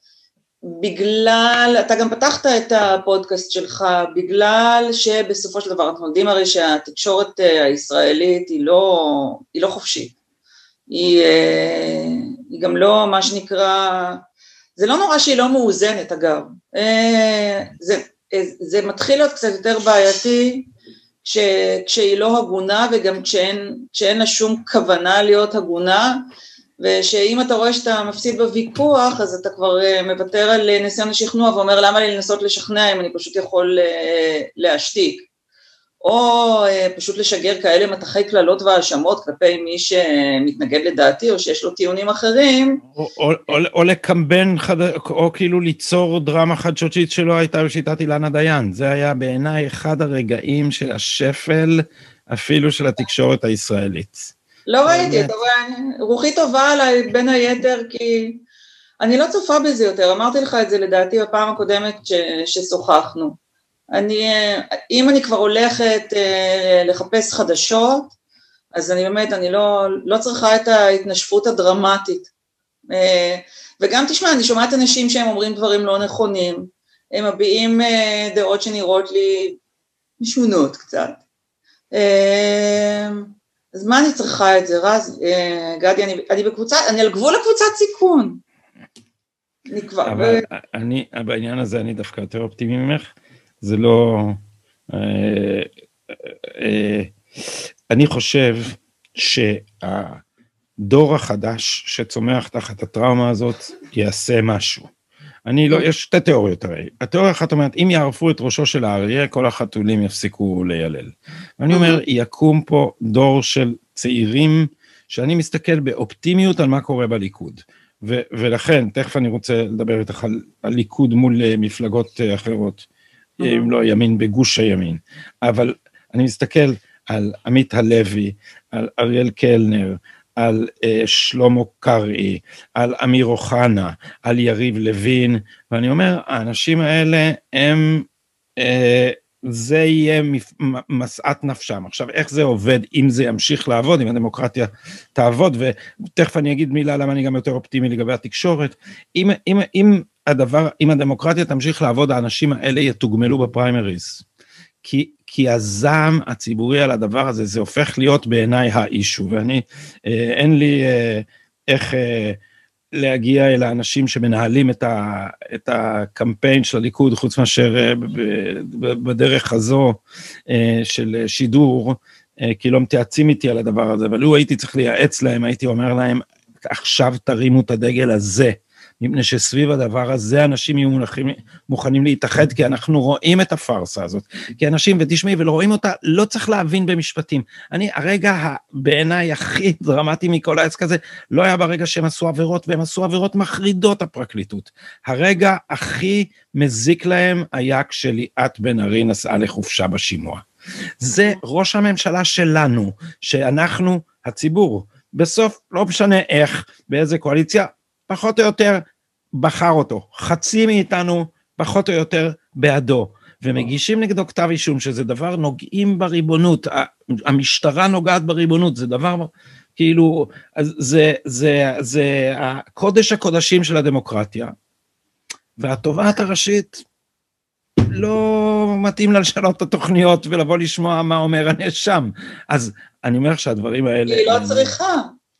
Speaker 2: בגלל, אתה גם פתחת את הפודקאסט שלך, בגלל שבסופו של דבר, אנחנו יודעים הרי שהתקשורת הישראלית היא לא, היא לא חופשית, היא, היא גם לא מה שנקרא, זה לא נורא שהיא לא מאוזנת אגב, זה, זה מתחיל להיות קצת יותר בעייתי, כש, כשהיא לא הגונה וגם כשאין, כשאין לה שום כוונה להיות הגונה, ושאם אתה רואה שאתה מפסיד בוויכוח, אז אתה כבר מוותר על ניסיון השכנוע, ואומר למה לי לנסות לשכנע אם אני פשוט יכול להשתיק, או פשוט לשגר כאלה מתחי כללות והאשמות כלפי מי שמתנגד לדעתי, או שיש לו טיעונים אחרים.
Speaker 1: או, או, או, או לקמבן, חד... או כאילו ליצור דרמה חדשותית שלא הייתה בשיטת אילנה דיין. זה היה בעיניי אחד הרגעים של השפל, אפילו של התקשורת הישראלית.
Speaker 2: לא ראיתי, אתה רואה, רוחי טובה עליי בין היתר, כי אני לא צופה בזה יותר, אמרתי לך את זה לדעתי בפעם הקודמת ש... ששוחחנו. אני, אם אני כבר הולכת לחפש חדשות, אז אני באמת, אני לא, לא צריכה את ההתנשפות הדרמטית. וגם תשמע, אני שומעת אנשים שהם אומרים דברים לא נכונים, הם מביעים דעות שנראות לי משונות קצת. אז מה אני צריכה את זה, רז? גדי, אני, אני בקבוצה, אני על גבול הקבוצת סיכון. אני כבר...
Speaker 1: אבל ו... אני, בעניין הזה אני דווקא יותר אופטימי ממך, זה לא, אה, אה, אני חושב שהדור החדש שצומח תחת הטראומה הזאת יעשה משהו. אני לא, יש שתי תיאוריות הרי. התיאוריה אחת אומרת, אם יערפו את ראשו של האריה, כל החתולים יפסיקו לילל. ואני אומר, יקום פה דור של צעירים, שאני מסתכל באופטימיות על מה קורה בליכוד. ו- ולכן, תכף אני רוצה לדבר איתך על הליכוד מול מפלגות אחרות. אם לא ימין בגוש הימין, אבל אני מסתכל על עמית הלוי, על אריאל קלנר, על uh, שלמה קרעי, על אמיר אוחנה, על יריב לוין, ואני אומר, האנשים האלה הם, uh, זה יהיה מסעת נפשם. עכשיו, איך זה עובד, אם זה ימשיך לעבוד, אם הדמוקרטיה תעבוד, ותכף אני אגיד מילה למה אני גם יותר אופטימי לגבי התקשורת, אם, אם, אם הדבר, אם הדמוקרטיה תמשיך לעבוד, האנשים האלה יתוגמלו בפריימריז, כי, כי הזעם הציבורי על הדבר הזה, זה הופך להיות בעיניי האישו, ואני, אה, אין לי אה, איך אה, להגיע אל האנשים שמנהלים את, ה, את הקמפיין של הליכוד, חוץ מאשר אה, בדרך הזו אה, של שידור, אה, כי לא מתייעצים איתי על הדבר הזה, אבל לו הייתי צריך לייעץ להם, הייתי אומר להם, עכשיו תרימו את הדגל הזה, מפני שסביב הדבר הזה אנשים יהיו מונחים, מוכנים להתאחד, כי אנחנו רואים את הפרסה הזאת, כי אנשים, ותשמעי, ולא רואים אותה, לא צריך להבין במשפטים. אני, הרגע בעיניי הכי דרמטי מכל העסק הזה, לא היה ברגע שהם עשו עבירות, והם עשו עבירות מחרידות הפרקליטות. הרגע הכי מזיק להם היה כשליאת בן ארי נסעה לחופשה בשימוע. זה ראש הממשלה שלנו, שאנחנו, הציבור, בסוף לא משנה איך, באיזה קואליציה, פחות או יותר בחר אותו, חצי מאיתנו פחות או יותר בעדו, ומגישים נגדו כתב אישום, שזה דבר נוגעים בריבונות, המשטרה נוגעת בריבונות, זה דבר כאילו, זה, זה, זה הקודש הקודשים של הדמוקרטיה, והתובעת הראשית לא מתאים לה לשנות את התוכניות, ולבוא לשמוע מה אומר הנאשם, אז אני אומר שהדברים האלה...
Speaker 2: היא לא צריכה.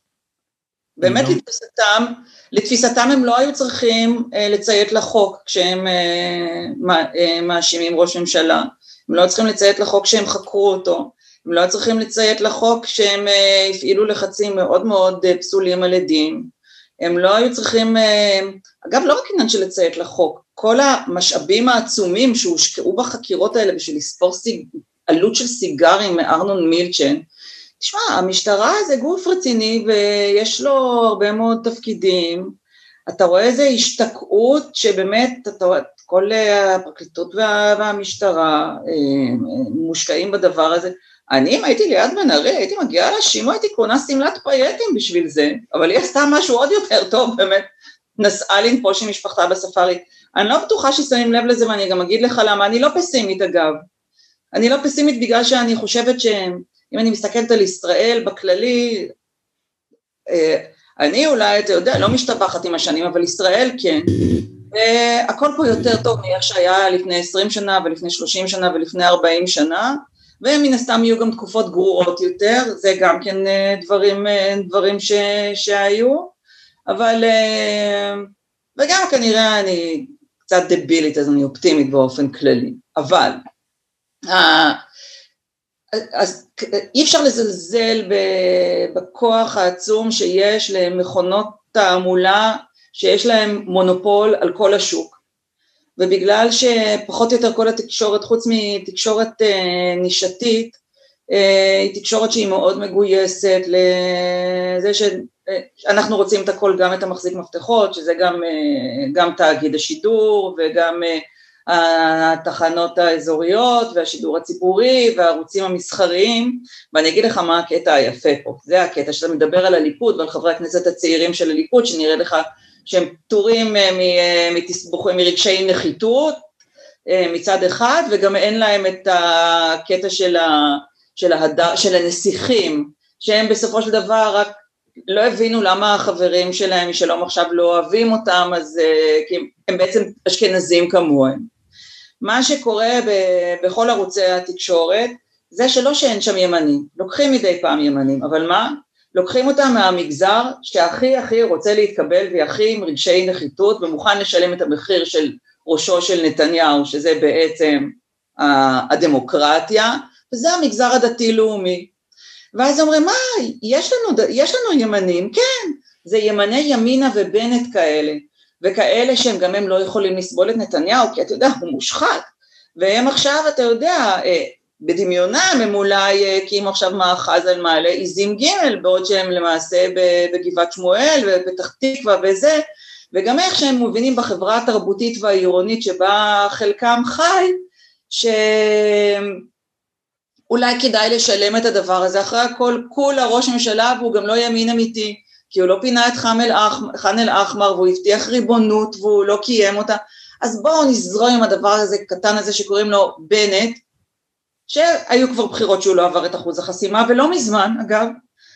Speaker 2: באמת לתפיסתם, לתפיסתם הם לא היו צריכים אה, לציית לחוק כשהם אה, אה, מאשימים ראש ממשלה, הם לא צריכים לציית לחוק כשהם חקרו אותו, הם לא צריכים לציית לחוק כשהם אה, הפעילו לחצים מאוד מאוד אה, פסולים על עדים, הם לא היו צריכים, אה, אגב לא רק עניין של לציית לחוק, כל המשאבים העצומים שהושקעו בחקירות האלה בשביל לספור סיג, עלות של סיגרים מארנון מילצ'ן, תשמע, המשטרה זה גוף רציני ויש לו הרבה מאוד תפקידים, אתה רואה איזו השתקעות שבאמת, אתה רואה, כל הפרקליטות וה, והמשטרה מושקעים בדבר הזה, אני אם הייתי ליד בן ארי, הייתי מגיעה לשימוע, הייתי קונה סמלת פייטים בשביל זה, אבל היא עשתה משהו עוד יותר טוב, באמת, נסעה לנפוש עם משפחתה בספארי, אני לא בטוחה ששמים לב לזה, ואני גם אגיד לך למה, אני לא פסימית אגב, אני לא פסימית בגלל שאני חושבת שהם, אם אני מסתכלת על ישראל בכללי, אני אולי, אתה יודע, לא משתבחת עם השנים, אבל ישראל כן, הכל פה יותר טוב מאיך שהיה לפני עשרים שנה, ולפני שלושים שנה, ולפני ארבעים שנה, ומן הסתם יהיו גם תקופות גרועות יותר, זה גם כן דברים, דברים ש, שהיו, אבל, וגם כנראה אני קצת דבילית, אז אני אופטימית באופן כללי, אבל, אז אי אפשר לזלזל בכוח העצום שיש למכונות תעמולה, שיש להם מונופול על כל השוק, ובגלל שפחות או יותר כל התקשורת, חוץ מתקשורת נישתית, היא תקשורת שהיא מאוד מגויסת לזה שאנחנו רוצים את הכל, גם את המחזיק מפתחות, שזה גם, גם תאגיד השידור וגם התחנות האזוריות והשידור הציבורי והערוצים המסחריים, ואני אגיד לך מה הקטע היפה פה, זה הקטע שאתה מדבר על הליכוד ועל חברי הכנסת הצעירים של הליכוד, שנראה לך שהם פטורים מתסבוכים, מרגשי נחיתות מצד אחד, וגם אין להם את הקטע של, ה, של, ההדר, של הנסיכים, שהם בסופו של דבר רק לא הבינו למה החברים שלהם משלום עכשיו לא אוהבים אותם, אז כי הם בעצם אשכנזים כמוהם. מה שקורה ב, בכל ערוצי התקשורת, זה שלא שאין שם ימנים, לוקחים מדי פעם ימנים, אבל מה? לוקחים אותם מהמגזר שהכי הכי רוצה להתקבל והכי עם רגשי נחיתות ומוכן לשלם את המחיר של ראשו של נתניהו, שזה בעצם הדמוקרטיה, וזה המגזר הדתי-לאומי. ואז אומרים, מה, יש לנו, יש לנו ימנים? כן, זה ימני ימינה ובנט כאלה, וכאלה שהם גם הם לא יכולים לסבול את נתניהו, כי אתה יודע, הוא מושחת, והם עכשיו, אתה יודע, בדמיונם הם אולי קימו עכשיו מאחז על מעלה עיזים ג' בעוד שהם למעשה בגבעת שמואל ובפתח תקווה וזה, וגם איך שהם מבינים בחברה התרבותית והעירונית שבה חלקם חי, שאולי כדאי לשלם את הדבר הזה, אחרי הכל כולה ראש הממשלה והוא גם לא ימין אמיתי, כי הוא לא פינה את ח'אן אל-אחמר והוא הבטיח ריבונות והוא לא קיים אותה, אז בואו נזרום עם הדבר הזה קטן הזה שקוראים לו בנט, שהיו כבר בחירות שהוא לא עבר את אחוז החסימה, ולא מזמן אגב,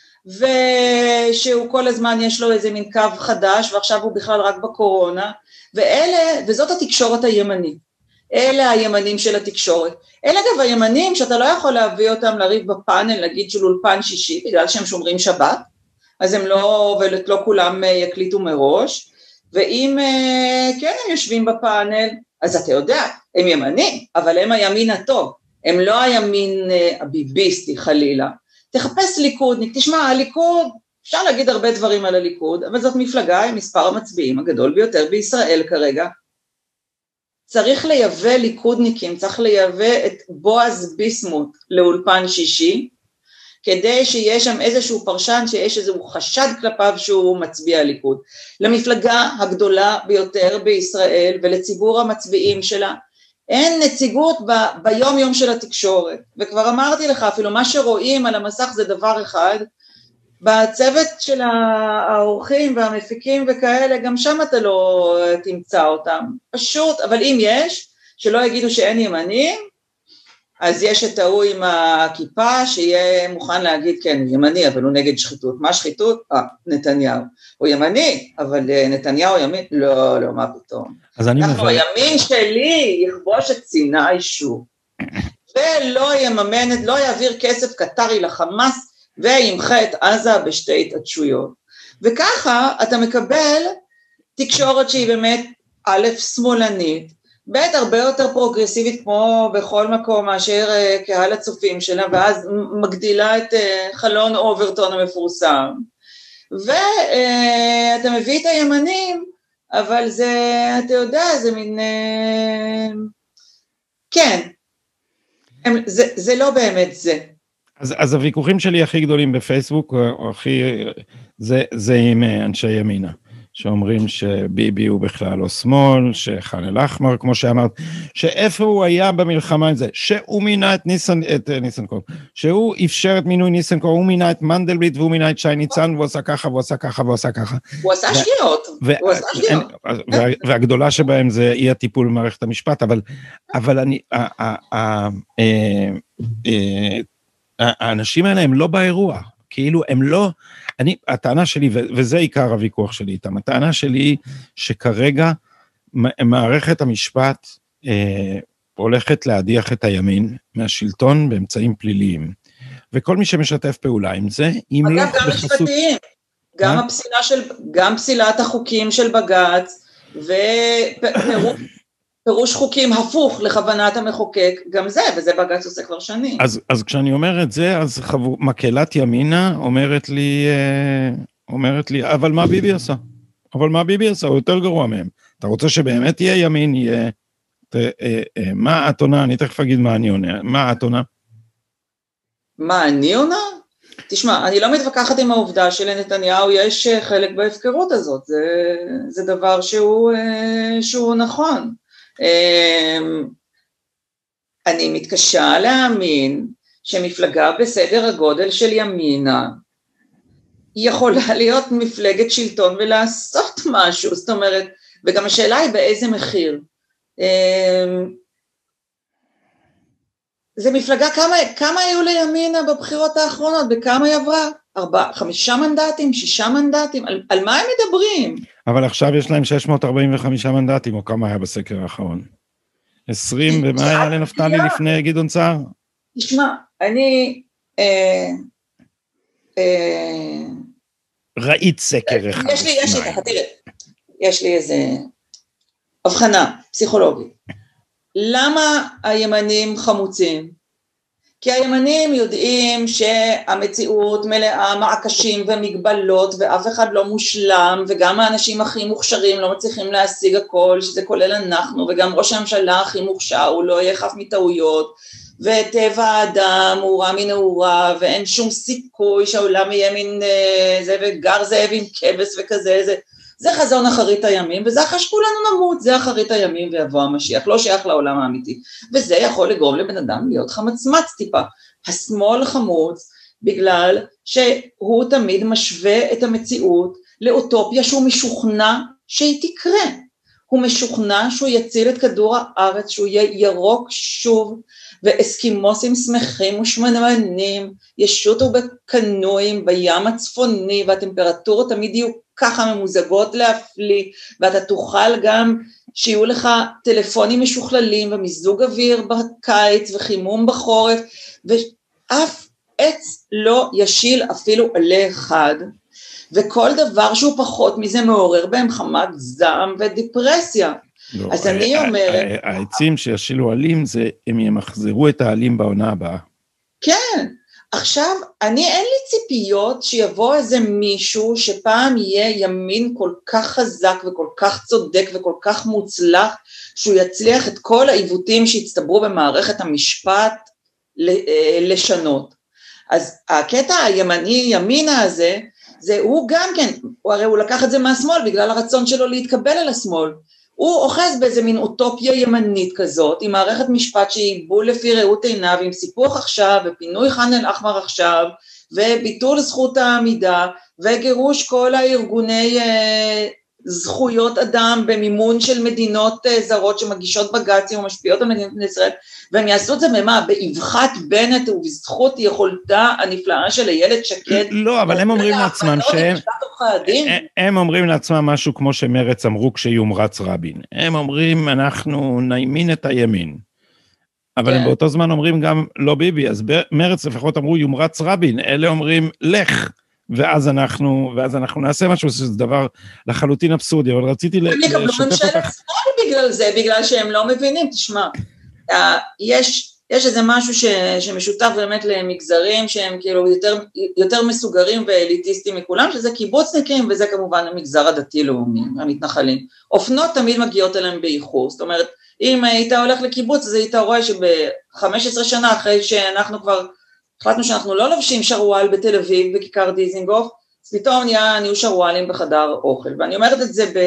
Speaker 2: ושהוא כל הזמן יש לו איזה מין קו חדש, ועכשיו הוא בכלל רק בקורונה, ואלה, וזאת התקשורת הימנית, אלה הימנים של התקשורת, אלה אגב הימנים שאתה לא יכול להביא אותם לריב בפאנל, נגיד של אולפן שישי, בגלל שהם שומרים שבת, אז הם לא, ולא כולם יקליטו מראש, ואם כן הם יושבים בפאנל, אז אתה יודע, הם ימנים, אבל הם הימין הטוב, הם לא הימין הביביסטי חלילה, תחפש ליכודניק, תשמע, הליכוד, אפשר להגיד הרבה דברים על הליכוד, אבל זאת מפלגה עם מספר המצביעים הגדול ביותר בישראל כרגע, צריך לייבא ליכודניקים, צריך לייבא את בועז ביסמוט לאולפן שישי, כדי שיהיה שם איזשהו פרשן, שיש איזשהו חשד כלפיו שהוא מצביע ליכוד, למפלגה הגדולה ביותר בישראל ולציבור המצביעים שלה, אין נציגות ב- ביום יום של התקשורת, וכבר אמרתי לך, אפילו מה שרואים על המסך זה דבר אחד, בצוות של האורחים והמפיקים וכאלה, גם שם אתה לא תמצא אותם, פשוט, אבל אם יש, שלא יגידו שאין ימנים, אז יש את ההוא עם הכיפה, שיהיה מוכן להגיד, כן, הוא ימני, אבל הוא נגד שחיתות, מה שחיתות? אה, נתניהו, הוא ימני, אבל נתניהו ימין, לא, לא, מה פתאום. אנחנו, הימין שלי יכבוש את סיני שוב, ולא יממן, לא יעביר כסף קטרי לחמאס, וימחה את עזה בשתי התעטשויות. וככה אתה מקבל תקשורת שהיא באמת א' שמאלנית, ב' הרבה יותר פרוגרסיבית כמו בכל מקום מאשר קהל הצופים שלה, ואז מגדילה את חלון אוברטון המפורסם. ואתה מביא את הימנים, אבל זה, אתה יודע, זה מין, כן, זה, זה לא באמת זה.
Speaker 1: אז, אז הוויכוחים שלי הכי גדולים בפייסבוק, או הכי, זה, זה עם אנשי ימינה, שאומרים שביבי הוא בכלל לא שמאל, שח'אן אל-אחמר, כמו שאמרת, שאיפה הוא היה במלחמה עם זה, שהוא מינה את ניסן, את ניסנקורן, שהוא אפשר את מינוי ניסנקורן, הוא מינה את מנדלבליט, והוא מינה את שי ניצן, והוא עשה ככה, והוא עשה ככה, והוא עשה ככה.
Speaker 2: הוא עשה שגיאות, הוא עשה שגיאות.
Speaker 1: והגדולה שבהם זה אי הטיפול במערכת המשפט, אבל, אבל אני, האנשים האלה הם לא באירוע, כאילו הם לא, אני, הטענה שלי, וזה עיקר הוויכוח שלי איתם, הטענה שלי היא שכרגע מערכת המשפט, הולכת להדיח את הימין מהשלטון באמצעים פליליים, וכל מי שמשתף פעולה עם זה, ימלוך
Speaker 2: בחסות... אגב, גם משפטיים, גם הפסילה של, גם פסילת החוקים של בג"ץ, ופירוש פירוש חוקים הפוך לכוונת המחוקק, גם זה, וזה בג"ץ עושה כבר שנים.
Speaker 1: אז, אז כשאני אומר את זה, אז חבור, מקהלת ימינה אומרת לי, אומרת לי, אבל מה ביבי עשה? אבל מה ביבי עשה? הוא יותר גרוע מהם. אתה רוצה שבאמת יהיה ימין, יהיה... מה את עונה? אני תכף אגיד מה אני עונה. מה את עונה?
Speaker 2: מה אני עונה? תשמע, אני לא מתווכחת עם העובדה שלנתניהו יש חלק בהפקרות הזאת, זה, זה דבר שהוא, שהוא נכון. אני מתקשה להאמין שמפלגה בסדר הגודל של ימינה, היא יכולה להיות מפלגת שלטון ולעשות משהו, זאת אומרת, וגם השאלה היא באיזה מחיר. זה מפלגה, כמה, כמה היו לימינה בבחירות האחרונות, בכמה היא עברה? ארבע, חמישה מנדטים, שישה מנדטים, על, על מה הם מדברים?
Speaker 1: אבל עכשיו יש להם שש מאות ארבעים וחמישה מנדטים, או כמה היה בסקר האחרון? עשרים, ומה היה לנפתלי לפני גדעון סער?
Speaker 2: תשמע, אני... אה, אה,
Speaker 1: ראית סקר אחד.
Speaker 2: יש לי, יש לי, ככה, תראה, יש לי איזה הבחנה פסיכולוגית. למה הימנים חמוצים? כי הימנים יודעים שהמציאות מלאה מעקשים ומגבלות, ואף אחד לא מושלם, וגם האנשים הכי מוכשרים לא מצליחים להשיג הכל, שזה כולל אנחנו, וגם ראש הממשלה הכי מוכשר, הוא לא יהיה חף מטעויות, וטבע האדם הוא רע מנעורה, ואין שום סיכוי שהעולם יהיה מין זה, וגר זאב עם כבש וכזה, זה, זה חזון אחרית הימים, וזה אחרי שכולנו נמות, זה אחרית הימים ויבוא המשיח, לא שייך לעולם האמיתי, וזה יכול לגרום לבן אדם להיות חמצמץ טיפה. השמאל חמוץ, בגלל שהוא תמיד משווה את המציאות לאוטופיה שהוא משוכנע שהיא תקרה, הוא משוכנע שהוא יציל את כדור הארץ, שהוא יהיה ירוק שוב, ואסקימוסים שמחים ושמנמנים, ישוטו בקנויים בים הצפוני, והטמפרטורות תמיד יהיו ככה ממוזגות להפליא, ואתה תוכל גם שיהיו לך טלפונים משוכללים, ומיזוג אוויר בקיץ, וחימום בחורף, ואף עץ לא ישיל אפילו עלה אחד, וכל דבר שהוא פחות מזה מעורר בהם חמת זעם ודיפרסיה. לא, אז אני אומרת...
Speaker 1: העצים שישילו עלים, זה הם ימחזרו את העלים בעונה הבאה.
Speaker 2: כן, עכשיו, אני אין לי ציפיות שיבוא איזה מישהו שפעם יהיה ימין כל כך חזק וכל כך צודק וכל כך מוצלח, שהוא יצליח את כל העיוותים שהצטברו במערכת המשפט לשנות. אז הקטע הימני ימינה הזה, זה הוא גם כן, הוא הרי הוא לקח את זה מהשמאל בגלל הרצון שלו להתקבל על השמאל, הוא אוחז באיזה מין אוטופיה ימנית כזאת, עם מערכת משפט שהיא בול לפי ראות עיניו, עם סיפוח עכשיו, ופינוי ח'אן אל-אחמר עכשיו, וביטול זכות העמידה, וגירוש כל הארגוני אה, זכויות אדם, במימון של מדינות אה, זרות, שמגישות בג"צים ומשפיעות על מדינת ישראל, והם יעשו את זה במה? באבחת בנט ובזכות יכולתה הנפלאה של הילד שקד.
Speaker 1: לא, אבל הם אומרים לעצמם שהם... הם אומרים לעצמם משהו כמו שמרץ אמרו כשיומרץ רבין. הם אומרים, אנחנו נאמין את הימין. אבל הם באותו זמן אומרים גם לא ביבי, אז מרץ לפחות אמרו יומרץ רבין, אלה אומרים לך, ואז אנחנו, ואז אנחנו נעשה משהו, שזה דבר לחלוטין אבסורדי, אבל רציתי לשתף אותך.
Speaker 2: אני גם לא ממשלת שמאל בגלל זה, בגלל שהם לא מבינים, תשמע, יש, יש איזה משהו ש, שמשותף באמת למגזרים שהם כאילו יותר, יותר מסוגרים ואליטיסטים מכולם, שזה קיבוצניקים, וזה כמובן המגזר הדתי-לאומי, המתנחלים. אופנות תמיד מגיעות אליהם באיחור, זאת אומרת, אם היית הולך לקיבוץ, אז היית רואה שב-חמש עשרה שנה אחרי שאנחנו כבר, החלטנו שאנחנו לא לובשים שרוואל בתל אביב, בכיכר דיזינגוף, אז פתאום נהיה, נהיו שרוואלים בחדר אוכל, ואני אומרת את זה ב...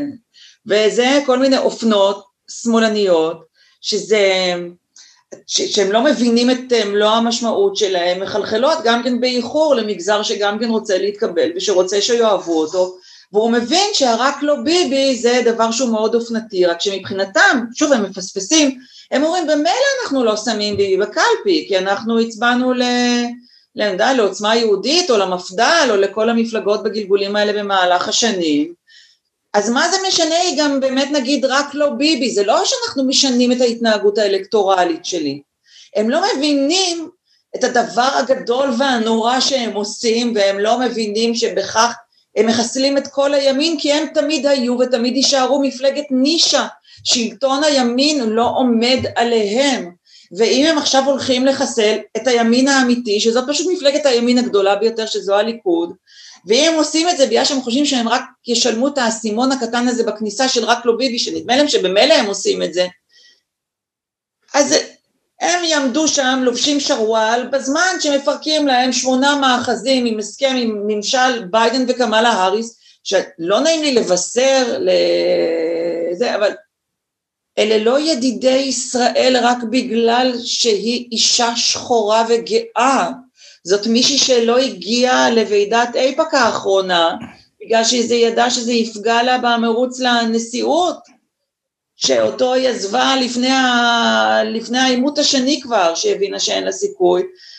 Speaker 2: וזה כל מיני אופנות שמאלניות, שזה, ש... שהם לא מבינים את מלוא המשמעות שלהם, מחלחלות גם כן באיחור למגזר שגם כן רוצה להתקבל, ושרוצה שיואהבו אותו, והוא מבין שהרק לא ביבי זה דבר שהוא מאוד אופנתי, רק שמבחינתם, שוב הם מפספסים, הם אומרים במילא אנחנו לא שמים ביבי בקלפי, כי אנחנו הצבענו ל... לעמדה, לעוצמה יהודית, או למפד"ל, או לכל המפלגות בגלגולים האלה במהלך השנים, אז מה זה משנה, גם באמת נגיד רק לא ביבי, זה לא שאנחנו משנים את ההתנהגות האלקטורלית שלי, הם לא מבינים את הדבר הגדול והנורא שהם עושים, והם לא מבינים שבכך הם מחסלים את כל הימין, כי הם תמיד היו ותמיד יישארו מפלגת נישה, שלטון הימין לא עומד עליהם, ואם הם עכשיו הולכים לחסל את הימין האמיתי, שזאת פשוט מפלגת הימין הגדולה ביותר, שזו הליכוד, ואם הם עושים את זה בגלל שהם חושבים שהם רק ישלמו את הסימון הקטן הזה בכניסה של רק לא ביבי, שנדמה להם שבמילא הם עושים את זה, אז הם יעמדו שם לובשים שרוואל, בזמן שמפרקים להם שמונה מאחזים עם הסכם עם ממשל ביידן וקמאלה האריס, שלא נעים לי לבשר לזה, אבל אלה לא ידידי ישראל רק בגלל שהיא אישה שחורה וגאה, זאת מישהי שלא הגיעה לוועידת איפא"ק האחרונה, בגלל שזה ידע שזה יפגע לה במרוץ לנשיאות, שאותו היא עזבה לפני, ה... לפני העימות השני כבר, שהבינה שאין לה סיכוי,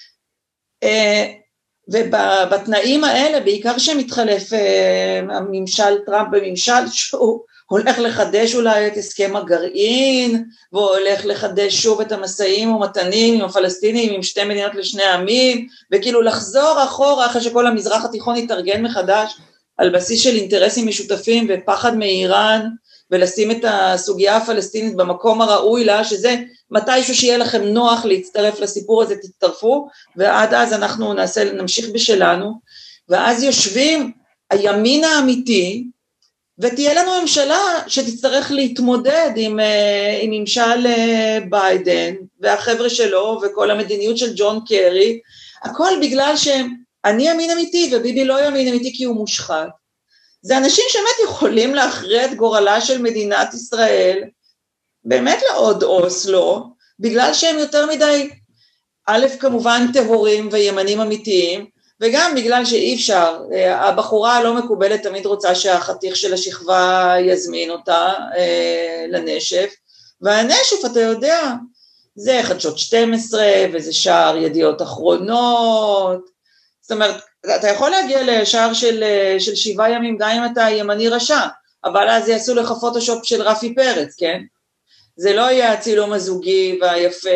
Speaker 2: ובתנאים האלה, בעיקר שמתחלף הממשל טראמפ בממשל, שהוא הולך לחדש אולי את הסכם הגרעין, והוא הולך לחדש שוב את המסעים ומתנים עם הפלסטינים, עם שתי מדינות לשני עמים, וכאילו לחזור אחורה אחרי שכל המזרח התיכון יתארגן מחדש, על בסיס של אינטרסים משותפים ופחד מאיראן, ולשים את הסוגיה הפלסטינית במקום הראוי לה, שזה מתישהו שיהיה לכם נוח להצטרף לסיפור הזה, תצטרפו, ועד אז אנחנו נעשה, נמשיך בשלנו, ואז יושבים הימין האמיתי, ותהיה לנו ממשלה שתצטרך להתמודד עם, עם ממשל ביידן, והחבר'ה שלו, וכל המדיניות של ג'ון קרי, הכל בגלל שאני ימין אמיתי, וביבי לא ימין אמיתי כי הוא מושחת, זה אנשים שבאמת יכולים להכריע את גורלה של מדינת ישראל, באמת לעוד אוסלו, בגלל שהם יותר מדי, א' כמובן טהורים וימנים אמיתיים, וגם בגלל שאי אפשר, הבחורה הלא מקובלת תמיד רוצה שהחתיך של השכבה יזמין אותה אה, לנשף, והנשף אתה יודע, זה חדשות שתים עשרה, וזה שער ידיעות אחרונות, זאת אומרת, אתה יכול להגיע לשער של, של שבעה ימים, גם אם אתה ימני רשע, אבל אז יעשו לך פוטושופ של רפי פרץ, כן? זה לא יהיה הצילום הזוגי והיפה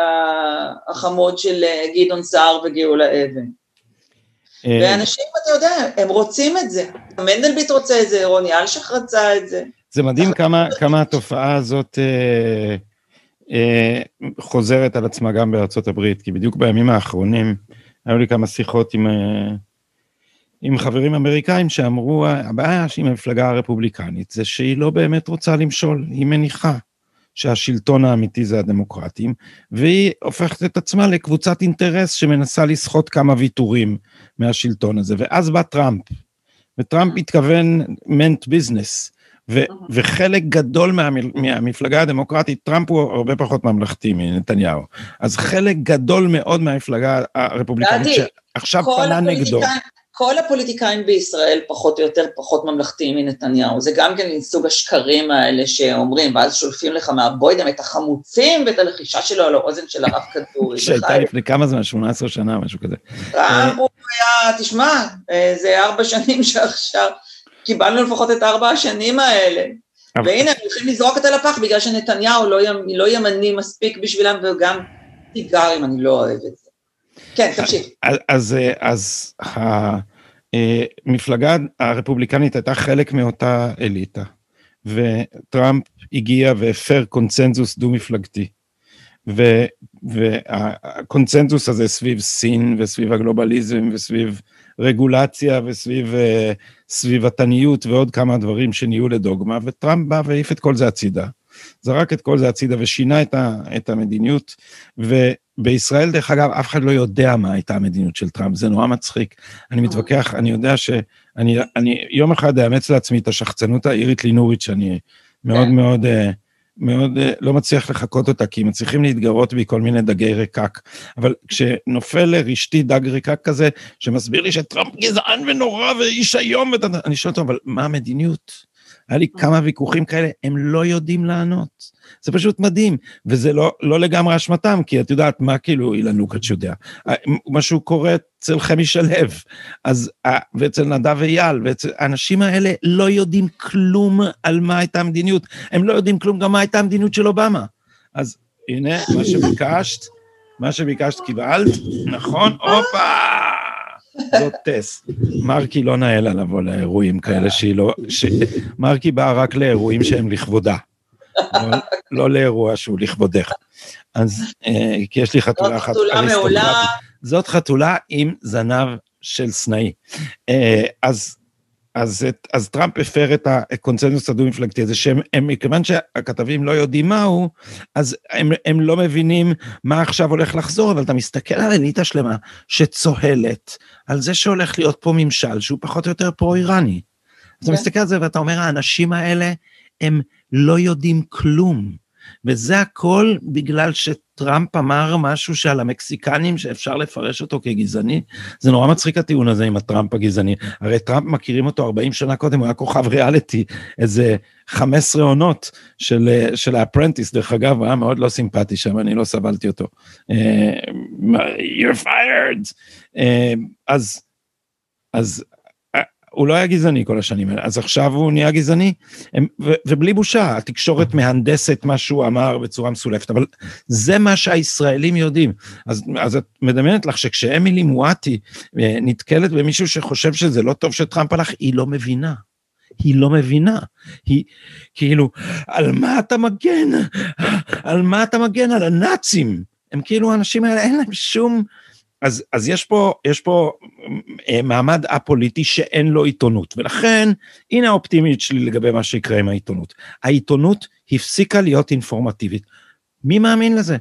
Speaker 2: והחמוד של גדעון סער וגאולה אבן. ואנשים, אתה יודע, הם רוצים את זה. מנדלבליט רוצה את זה, רוני אלשיך רצה את זה.
Speaker 1: זה מדהים כמה, כמה התופעה הזאת אה, אה, חוזרת על עצמה גם בארצות הברית, כי בדיוק בימים האחרונים, היו לי כמה שיחות עם, עם חברים אמריקאים שאמרו, הבעיה עם המפלגה הרפובליקנית, זה שהיא לא באמת רוצה למשול, היא מניחה שהשלטון האמיתי זה הדמוקרטים, והיא הופכת את עצמה לקבוצת אינטרס שמנסה לסחוט כמה ויתורים מהשלטון הזה, ואז בא טראמפ, וטראמפ התכוון מנט ביזנס, ו- וחלק גדול מה- מהמפלגה הדמוקרטית, טראמפ הוא הרבה פחות ממלכתי מנתניהו, אז חלק גדול מאוד מהמפלגה הרפובליקנית שעכשיו פנה נגדו.
Speaker 2: כל הפוליטיקאים בישראל פחות או יותר פחות ממלכתיים מנתניהו, זה גם כן סוג השקרים האלה שאומרים, ואז שולפים לך מהבוידם את החמוצים ואת הלחישה שלו על האוזן של הרב כדורי.
Speaker 1: שהייתה לפני כמה זמן, שמונה עשרה שנה, משהו כזה.
Speaker 2: תשמע, זה ארבע שנים שעכשיו, קיבלנו לפחות את ארבע השנים האלה, והנה, הם הולכים לזרוק את הלפח, בגלל שנתניהו לא ימני מספיק בשבילם, וגם סיגרים, אני לא אוהב את זה. כן, תמשיך.
Speaker 1: אז, אז המפלגה הרפובליקנית הייתה חלק מאותה אליטה, וטראמפ הגיע והפר קונצנזוס דו-מפלגתי, והקונצנזוס הזה סביב סין, וסביב הגלובליזם, וסביב רגולציה, וסביב סביבתניות, ועוד כמה דברים שנהיו לדוגמה, וטראמפ בא והעיף את כל זה הצידה, זרק את כל זה הצידה, ושינה את, ה, את המדיניות, ובישראל דרך אגב, אף אחד לא יודע מה הייתה המדיניות של טראמפ, זה נורא מצחיק, אני מתווכח, אני יודע שאני אני, יום אחד אאמץ לעצמי את השחצנות האירית לינורית, שאני מאוד מאוד, מאוד לא מצליח לחכות אותה, כי מצליחים להתגרות בי כל מיני דגי רקק, אבל כשנופל לרשתי דג רקק כזה, שמסביר לי שטראמפ גזען ונורא, ואיש היום, אני שואל אותו, אבל מה המדיניות? היה לי כמה ויכוחים כאלה, הם לא יודעים לענות. זה פשוט מדהים, וזה לא, לא לגמרי אשמתם, כי את יודעת מה כאילו אילן לוקאץ' יודע, משהו קורה אצל חמי שלו, אז, ואצל נדב אייל, והאנשים האלה לא יודעים כלום על מה הייתה המדיניות, הם לא יודעים כלום גם מה הייתה המדיניות של אובמה, אז הנה מה שביקשת, מה שביקשת קיבלת, נכון, הופה, זאת טס, מרקי לא נהלה לבוא לאירועים כאלה שהיא לא, מרקי באה רק לאירועים שהם לכבודה, לא, לא לאירוע שהוא לכבודך, אז כי יש לי חתולה אחת, זאת חתולה עם זנב של סנאי, אז, אז, אז טראמפ הפר את הקונצנזוס הדו-מפלגתי הזה, שהם, מכיוון שהכתבים לא יודעים מהו, אז הם, הם לא מבינים מה עכשיו הולך לחזור, אבל אתה מסתכל על אליטה שלמה, שצוהלת, על זה שהולך להיות פה ממשל, שהוא פחות או יותר פרו-איראני. אתה מסתכל על זה ואתה אומר, האנשים האלה, הם לא יודעים כלום, וזה הכל בגלל שטראמפ אמר משהו שעל המקסיקנים שאפשר לפרש אותו כגזעני, זה נורא מצחיק הטיעון הזה עם הטראמפ הגזעני, הרי טראמפ מכירים אותו ארבעים שנה קודם, הוא היה כוכב ריאליטי, איזה חמש עשרה עונות של, של האפרנטיס, דרך אגב, הוא היה מאוד לא סימפטי שם, אני לא סבלתי אותו, uh, you're fired, uh, אז, אז, הוא לא היה גזעני כל השנים האלה, אז עכשיו הוא נהיה גזעני, ו- ובלי בושה, התקשורת מהנדסת מה שהוא אמר בצורה מסולפת, אבל זה מה שהישראלים יודעים, אז, אז את מדמיינת לך שכשאמילי מואטי נתקלת במישהו שחושב שזה לא טוב שטראמפ הלך, היא לא מבינה, היא לא מבינה, היא כאילו, על מה אתה מגן, על מה אתה מגן, על הנאצים, הם כאילו האנשים האלה, אין להם שום, אז, אז יש פה, יש פה אה, מעמד א-פוליטי שאין לו עיתונות, ולכן, הנה האופטימיות שלי לגבי מה שיקרה עם העיתונות. העיתונות הפסיקה להיות אינפורמטיבית. מי מאמין לזה?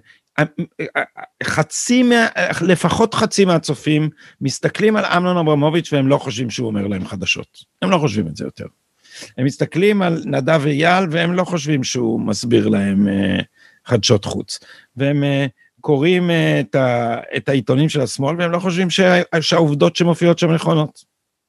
Speaker 1: חצי, מה, לפחות חצי מהצופים, מסתכלים על אמנון אברמוביץ' והם לא חושבים שהוא אומר להם חדשות. הם לא חושבים את זה יותר. הם מסתכלים על נדב אייל, והם לא חושבים שהוא מסביר להם אה, חדשות חוץ. והם... אה, קוראים את, ה, את העיתונים של השמאל, והם לא חושבים שה, שהעובדות שמופיעות שם נכונות.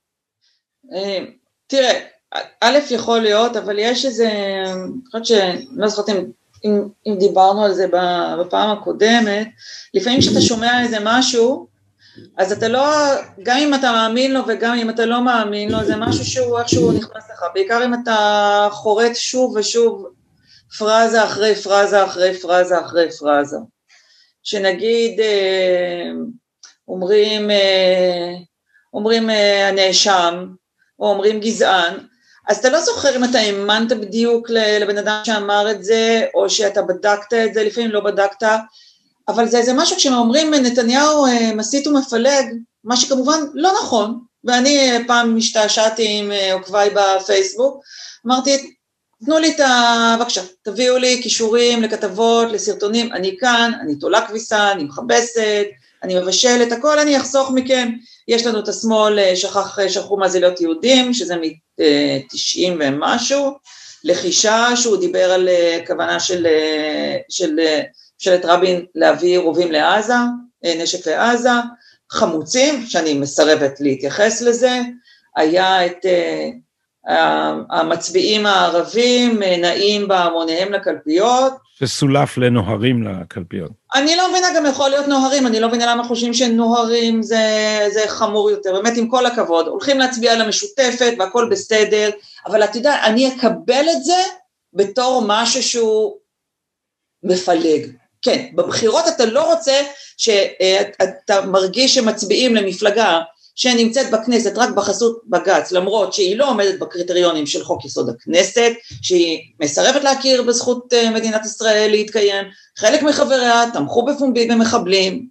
Speaker 2: תראה, א' יכול להיות, אבל יש איזה, אני חושבת שאני לא זוכרת אם, אם, אם דיברנו על זה בפעם הקודמת, לפעמים כשאתה שומע איזה משהו, אז אתה לא, גם אם אתה מאמין לו וגם אם אתה לא מאמין לו, זה משהו שהוא איכשהו נכנס לך, בעיקר אם אתה חורט שוב ושוב, פרזה אחרי פרזה אחרי פרזה אחרי פרזה. שנגיד אומרים, אומרים הנאשם, או אומרים גזען, אז אתה לא זוכר אם אתה האמנת בדיוק לבן אדם שאמר את זה, או שאתה בדקת את זה, לפעמים לא בדקת, אבל זה איזה משהו כשאומרים נתניהו מסית ומפלג, מה שכמובן לא נכון, ואני פעם משתעשעתי עם עוקביי בפייסבוק, אמרתי, תנו לי את ה... בבקשה, תביאו לי קישורים לכתבות, לסרטונים, אני כאן, אני תולה כביסה, אני מחבסת, אני מבשלת, הכל אני אחסוך מכם, יש לנו את השמאל, שכח, שכחו מה זה להיות יהודים, שזה מ-תשעים ומשהו, לחישה שהוא דיבר על כוונה של, של, של את רבין להביא רובים לעזה, נשק לעזה, חמוצים, שאני מסרבת להתייחס לזה, היה את... המצביעים הערבים נעים בהמוניהם לקלפיות.
Speaker 1: שסולף לנוהרים לקלפיות.
Speaker 2: אני לא מבינה, גם יכול להיות נוהרים, אני לא מבינה למה חושבים שנוהרים זה, זה חמור יותר, באמת עם כל הכבוד, הולכים להצביע על המשותפת והכל בסדר, אבל אתה יודע, אני אקבל את זה בתור משהו שהוא מפלג. כן, בבחירות אתה לא רוצה שאתה מרגיש שמצביעים למפלגה, שנמצאת בכנסת רק בחסות בג"ץ, למרות שהיא לא עומדת בקריטריונים של חוק יסוד הכנסת, שהיא מסרבת להכיר בזכות מדינת ישראל להתקיים, חלק מחבריה תמכו בפומבי במחבלים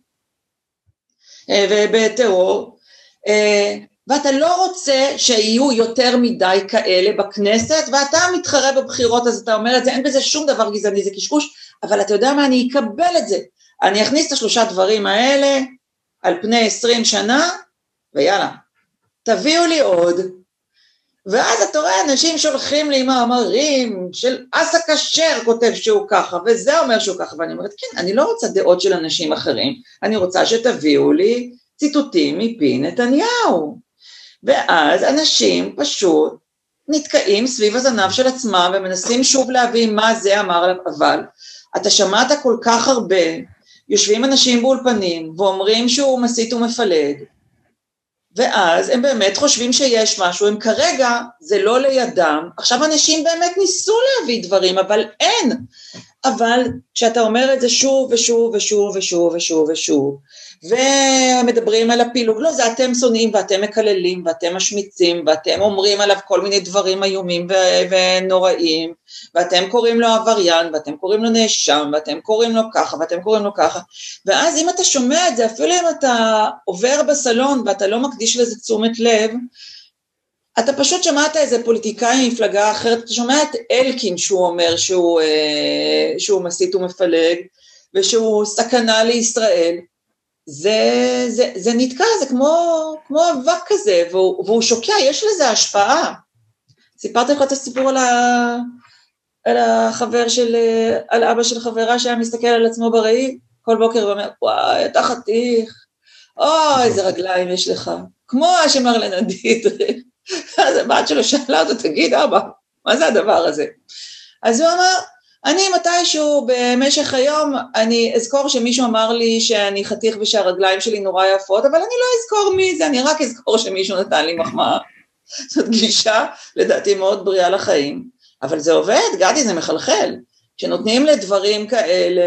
Speaker 2: ובטרור, ואתה לא רוצה שיהיו יותר מדי כאלה בכנסת, ואתה מתחרה בבחירות, אז אתה אומר את זה, אין בזה שום דבר גזעני, זה קשקוש, אבל אתה יודע מה, אני אקבל את זה, אני אכניס את השלושה דברים האלה, על פני עשרים שנה, ויאללה, תביאו לי עוד, ואז אתה רואה אנשים שולחים לי מאמרים של אסא כשר כותב שהוא ככה, וזה אומר שהוא ככה, ואני אומרת, כן, אני לא רוצה דעות של אנשים אחרים, אני רוצה שתביאו לי ציטוטים מפי נתניהו, ואז אנשים פשוט נתקעים סביב הזנב של עצמם, ומנסים שוב להבין מה זה אמר עליו, אבל אתה שמעת כל כך הרבה, יושבים אנשים באולפנים, ואומרים שהוא מסית ומפלג, ואז הם באמת חושבים שיש משהו, הם כרגע, זה לא לידם, עכשיו אנשים באמת ניסו להביא דברים, אבל אין, אבל כשאתה אומר את זה שוב ושוב ושוב ושוב ושוב ושוב, ומדברים על הפילוג, לא, זה אתם שונאים ואתם מקללים ואתם משמיצים ואתם אומרים עליו כל מיני דברים איומים ו- ונוראים, ואתם קוראים לו עבריין ואתם קוראים לו נאשם ואתם קוראים לו ככה ואתם קוראים לו ככה, ואז אם אתה שומע את זה, אפילו אם אתה עובר בסלון ואתה לא מקדיש לזה תשומת לב, אתה פשוט שמעת איזה פוליטיקאי ממפלגה אחרת, אתה שומע את אלקין שהוא אומר שהוא, שהוא מסית ומפלג, ושהוא סכנה לישראל, זה, זה, זה נתקע, זה כמו, כמו אבק כזה, והוא, והוא שוקע, יש לזה השפעה. סיפרתי לך את הסיפור על, ה, על החבר של, על אבא של חברה שהיה מסתכל על עצמו בראי, כל בוקר ואומר, וואי, אתה חתיך, אוי, איזה רגליים יש לך, כמו שמרלן עדית, אז הבת שלו שאלה אותו, תגיד אבא, מה זה הדבר הזה? אז הוא אמר, אני מתישהו במשך היום, אני אזכור שמישהו אמר לי שאני חתיך ושהרגליים שלי נורא יפות, אבל אני לא אזכור מי זה, אני רק אזכור שמישהו נתן לי מחמאה. זאת גישה, לדעתי, מאוד בריאה לחיים. אבל זה עובד, גדי, זה מחלחל. כשנותנים לדברים כאלה,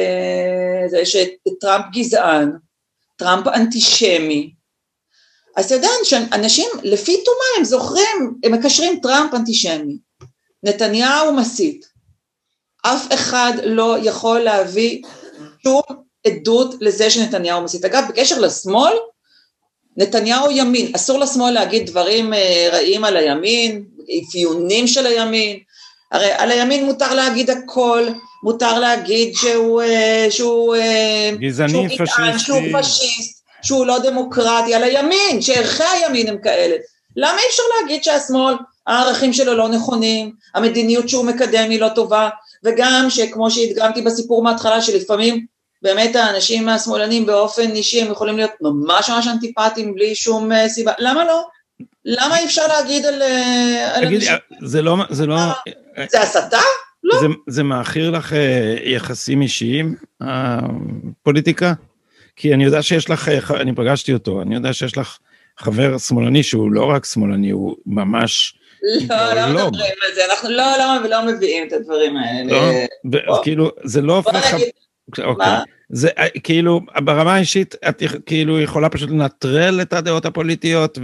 Speaker 2: זה שטראמפ גזען, טראמפ אנטישמי, אז אתה יודע, שאנשים, לפי תומה, הם זוכרים, הם מקשרים טראמפ אנטישמי. נתניהו מסית. אף אחד לא יכול להביא שום עדות לזה שנתניהו מסית. אגב, בקשר לשמאל, נתניהו ימין, אסור לשמאל להגיד דברים רעים על הימין, אפיונים של הימין, הרי על הימין מותר להגיד הכל, מותר להגיד שהוא, שהוא,
Speaker 1: גזעני,
Speaker 2: שהוא גזען, שהוא פשיסט, שהוא לא דמוקרטי, על הימין, שערכי הימין הם כאלה. למה אי אפשר להגיד שהשמאל, הערכים שלו לא נכונים, המדיניות שהוא מקדם היא לא טובה, וגם שכמו שהדגמתי בסיפור מההתחלה, שלפעמים באמת האנשים השמאלנים באופן אישי, הם יכולים להיות ממש ממש אנטיפטיים, בלי שום סיבה, למה לא? למה אי אפשר להגיד על, על
Speaker 1: תגיד,
Speaker 2: אנשים?
Speaker 1: זה לא, זה לא...
Speaker 2: זה הסתה? לא.
Speaker 1: זה, זה מאחיר לך יחסים אישיים, הפוליטיקה? כי אני יודע שיש לך, אני פגשתי אותו, אני יודע שיש לך חבר שמאלני, שהוא לא רק שמאלני, הוא ממש...
Speaker 2: לא, לא מדברים על זה, אנחנו לא, לא, לא מביאים את הדברים האלה.
Speaker 1: לא, כאילו, זה לא הופך... אוקיי, זה כאילו, ברמה האישית, את כאילו יכולה פשוט לנטרל את הדעות הפוליטיות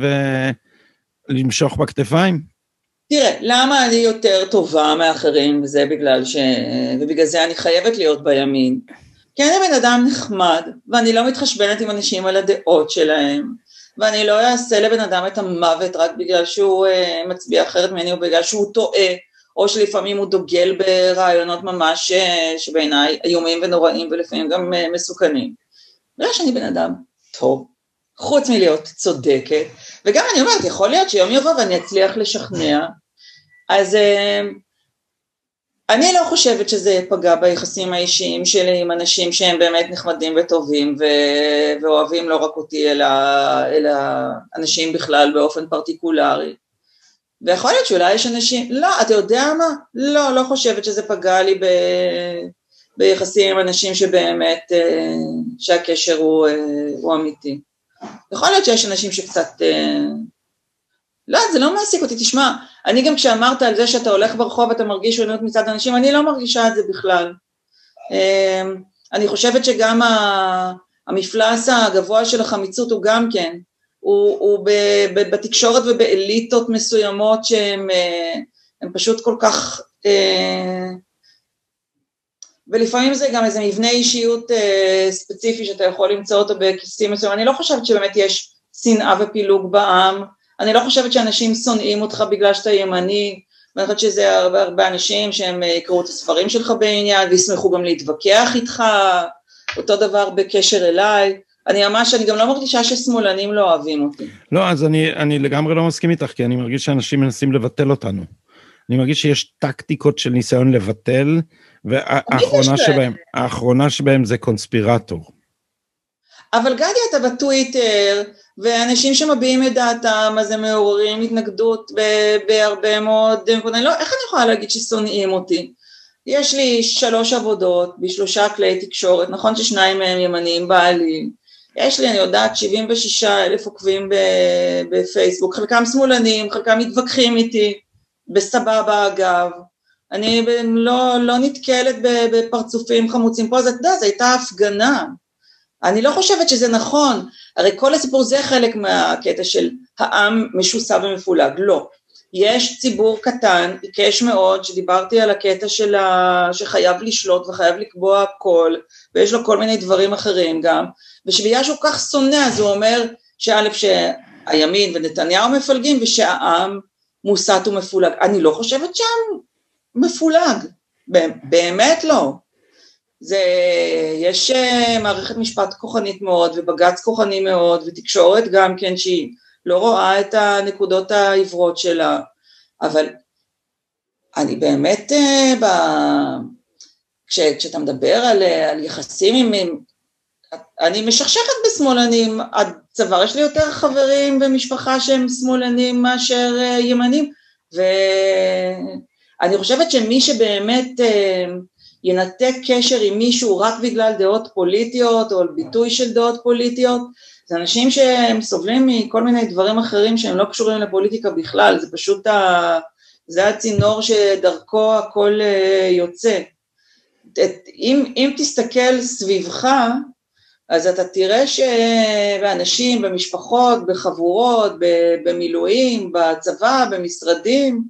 Speaker 1: ולמשוך בכתפיים?
Speaker 2: תראה, למה אני יותר טובה מאחרים, וזה בגלל ש... ובגלל זה אני חייבת להיות בימין. כי אני בן אדם נחמד, ואני לא מתחשבנת עם אנשים על הדעות שלהם, ואני לא אעשה לבן אדם את המוות רק בגלל שהוא uh, מצביע אחרת ממני, או בגלל שהוא טועה, או שלפעמים הוא דוגל ברעיונות ממש uh, שבעיניי איומים ונוראים, ולפעמים גם uh, מסוכנים. בגלל שאני בן אדם טוב, חוץ מלהיות צודקת, וגם אני אומרת, יכול להיות שיום יבוא ואני אצליח לשכנע, אז uh, אני לא חושבת שזה פגע ביחסים האישיים שלי עם אנשים שהם באמת נחמדים וטובים ו- ואוהבים לא רק אותי אלא, אלא אנשים בכלל באופן פרטיקולרי. ויכול להיות שאולי יש אנשים, לא, אתה יודע מה? לא, לא חושבת שזה פגע לי ב- ביחסים עם אנשים שבאמת, שהקשר הוא, הוא אמיתי. יכול להיות שיש אנשים שקצת... לא, זה לא מעסיק אותי, תשמע, אני גם כשאמרת על זה שאתה הולך ברחוב ואתה מרגיש עוינות מצד אנשים, אני לא מרגישה את זה בכלל. אני חושבת שגם המפלס הגבוה של החמיצות הוא גם כן, הוא, הוא בתקשורת ובאליטות מסוימות שהן פשוט כל כך, ולפעמים זה גם איזה מבנה אישיות ספציפי שאתה יכול למצוא אותו בכיסים מסוים, אני לא חושבת שבאמת יש שנאה ופילוג בעם, אני לא חושבת שאנשים שונאים אותך בגלל שאתה ימני, ואני חושבת שזה הרבה, הרבה אנשים שהם יקראו את הספרים שלך בעניין, וישמחו גם להתווכח איתך, אותו דבר בקשר אליי, אני ממש, אני גם לא מרגישה ששמאלנים לא אוהבים אותי.
Speaker 1: לא, אז אני, אני לגמרי לא מסכים איתך, כי אני מרגיש שאנשים מנסים לבטל אותנו. אני מרגיש שיש טקטיקות של ניסיון לבטל, והאחרונה שבהם, האחרונה שבהם זה קונספירטור.
Speaker 2: אבל גדי, אתה בטוויטר, ואנשים שמביעים את דעתם, אז הם מעוררים התנגדות בהרבה מאוד, אני לא, איך אני יכולה להגיד ששונאים אותי? יש לי שלוש עבודות, בשלושה כלי תקשורת, נכון ששניים מהם ימניים בעלים, יש לי, אני יודעת, שבעים ושישה אלף עוקבים בפייסבוק, חלקם שמאלנים, חלקם מתווכחים איתי, בסבבה אגב, אני לא, לא נתקלת בפרצופים חמוצים פה, אז אתה יודע, זו הייתה הפגנה, אני לא חושבת שזה נכון, הרי כל הסיפור זה חלק מהקטע של העם משוסע ומפולג, לא, יש ציבור קטן, עיקש מאוד, שדיברתי על הקטע של ה... שחייב לשלוט וחייב לקבוע הכל, ויש לו כל מיני דברים אחרים גם, ושביה שהוא כך שונא, אז הוא אומר שא' שהימין ונתניהו מפלגים, ושהעם מוסת ומפולג, אני לא חושבת שהעם מפולג, באמת לא, זה, יש מערכת משפט כוחנית מאוד, ובגץ כוחני מאוד, ותקשורת גם כן שהיא לא רואה את הנקודות העברות שלה, אבל אני באמת, ב... כש, כשאתה מדבר על, על יחסים עם, אני משכשכת בשמאלנים, הצוואר יש לי יותר חברים ומשפחה שהם שמאלנים מאשר ימנים, ואני חושבת שמי שבאמת ינתק קשר עם מישהו רק בגלל דעות פוליטיות, או על ביטוי של דעות פוליטיות, זה אנשים שהם סובלים מכל מיני דברים אחרים שהם לא קשורים לפוליטיקה בכלל, זה פשוט, ה... זה הצינור שדרכו הכל יוצא. אם, אם תסתכל סביבך, אז אתה תראה שבאנשים, במשפחות, בחבורות, במילואים, בצבא, במשרדים,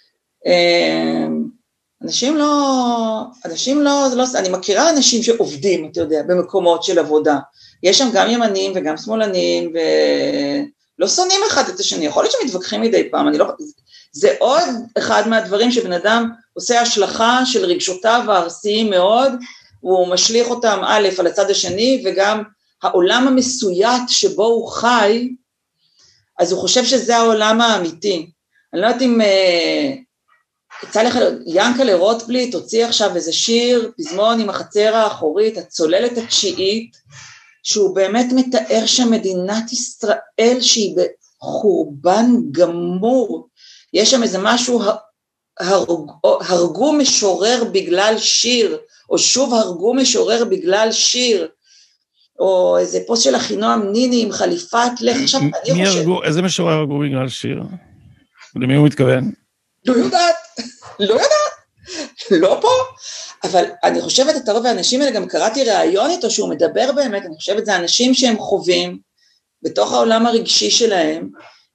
Speaker 2: אנשים לא, אנשים לא, לא, אני מכירה אנשים שעובדים, אתה יודע, במקומות של עבודה, יש שם גם ימנים וגם שמאלנים, ולא שונאים אחד את השני, יכול להיות שמתווכחים מדי פעם, אני לא, זה עוד אחד מהדברים שבן אדם עושה השלכה של רגשותיו הארסיים מאוד, הוא משליך אותם א' על הצד השני, וגם העולם המסוית שבו הוא חי, אז הוא חושב שזה העולם האמיתי. אני לא יודעת אם, יצא לך, ינקלה רוטבליט הוציא עכשיו איזה שיר, פזמון עם החצר האחורית, הצוללת התשיעית, שהוא באמת מתאר שמדינת ישראל שהיא בחורבן גמור, יש שם איזה משהו, הרג, הרגו משורר בגלל שיר, או שוב הרגו משורר בגלל שיר, או איזה פוסט של אחינועם ניני עם חליפת לך, עכשיו אני חושב...
Speaker 1: הרגו, איזה משורר הרגו בגלל שיר? למי הוא מתכוון?
Speaker 2: לא יודעת, לא יודעת, לא פה, אבל אני חושבת, את הרוב האנשים האלה, גם קראתי ראיון איתו שהוא מדבר באמת, אני חושבת, זה אנשים שהם חווים, בתוך העולם הרגשי שלהם,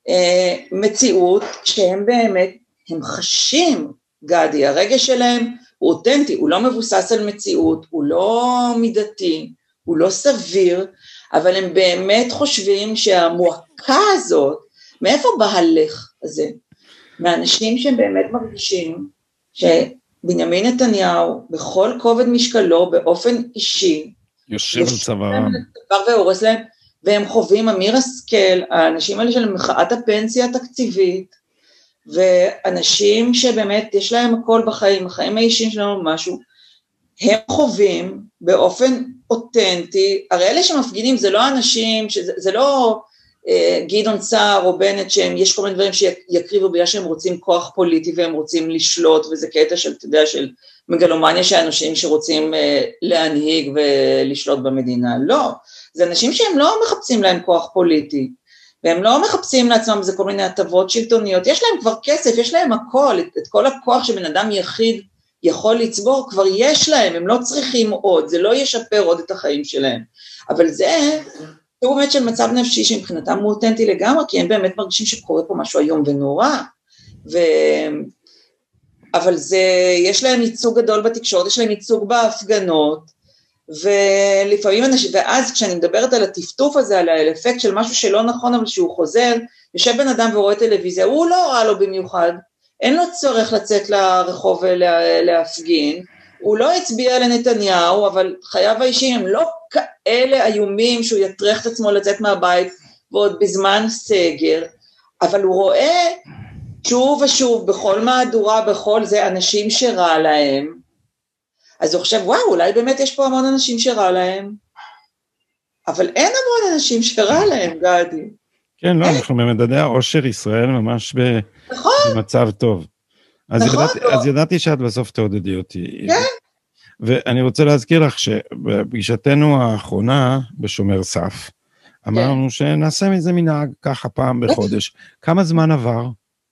Speaker 2: מציאות שהם באמת, הם חשים, גדי, הרגש שלהם הוא אותנטי, הוא לא מבוסס על מציאות, הוא לא מידתי, הוא לא סביר, אבל הם באמת חושבים שהמועקה הזאת, מאיפה בא הלך הזה? מאנשים שהם באמת מרגישים שבנימין נתניהו, בכל כובד משקלו, באופן אישי,
Speaker 1: יושב על צווארם,
Speaker 2: והורס להם, והם חווים אמיר השכל, האנשים האלה של מחאת הפנסיה התקציבית, ואנשים שבאמת יש להם הכל בחיים, החיים האישיים שלנו משהו, הם חווים באופן אותנטי, הרי אלה שמפגינים זה לא אנשים, שזה, זה לא אה, גדעון סער או בנט, שהם, יש כל מיני דברים שיקריבו בגלל שהם רוצים כוח פוליטי והם רוצים לשלוט, וזה קטע של, אתה יודע, של מגלומניה של אנשים שרוצים אה, להנהיג ולשלוט במדינה, לא, זה אנשים שהם לא מחפשים להם כוח פוליטי, והם לא מחפשים לעצמם זה כל מיני הטבות שלטוניות, יש להם כבר כסף, יש להם הכל, את, את כל הכוח שבן אדם יחיד יכול לצבור, כבר יש להם, הם לא צריכים עוד, זה לא ישפר עוד את החיים שלהם, אבל זה, זה באמת של מצב נפשי שמבחינתם הוא אותנטי לגמרי, כי הם באמת מרגישים שקורה פה משהו היום ונורא, ו... אבל זה, יש להם ייצוג גדול בתקשורת, יש להם ייצוג בהפגנות, ולפעמים אנשים, ואז כשאני מדברת על הטפטוף הזה, על האפקט של משהו שלא נכון, אבל שהוא חוזר, יושב בן אדם ורואה טלוויזיה, הוא לא ראה לו במיוחד, אין לו צורך לצאת לרחוב ולהפגין, הוא לא הצביע לנתניהו, אבל חייו האישיים הם לא כאלה איומים, שהוא יטרח את עצמו לצאת מהבית, ועוד בזמן סגר, אבל הוא רואה שוב ושוב, בכל מהדורה, בכל זה, אנשים שרע להם, אז הוא חושב, וואו, אולי באמת יש פה המון אנשים שרע להם, אבל אין המון אנשים שרע להם, גדי.
Speaker 1: כן, לא, אנחנו במדדי העושר ישראל ממש במצב טוב. אז ידעתי שאת בסוף תעודדי אותי.
Speaker 2: כן.
Speaker 1: ואני רוצה להזכיר לך שבפגישתנו האחרונה בשומר סף, אמרנו שנעשה מזה מנהג ככה פעם בחודש. כמה זמן עבר?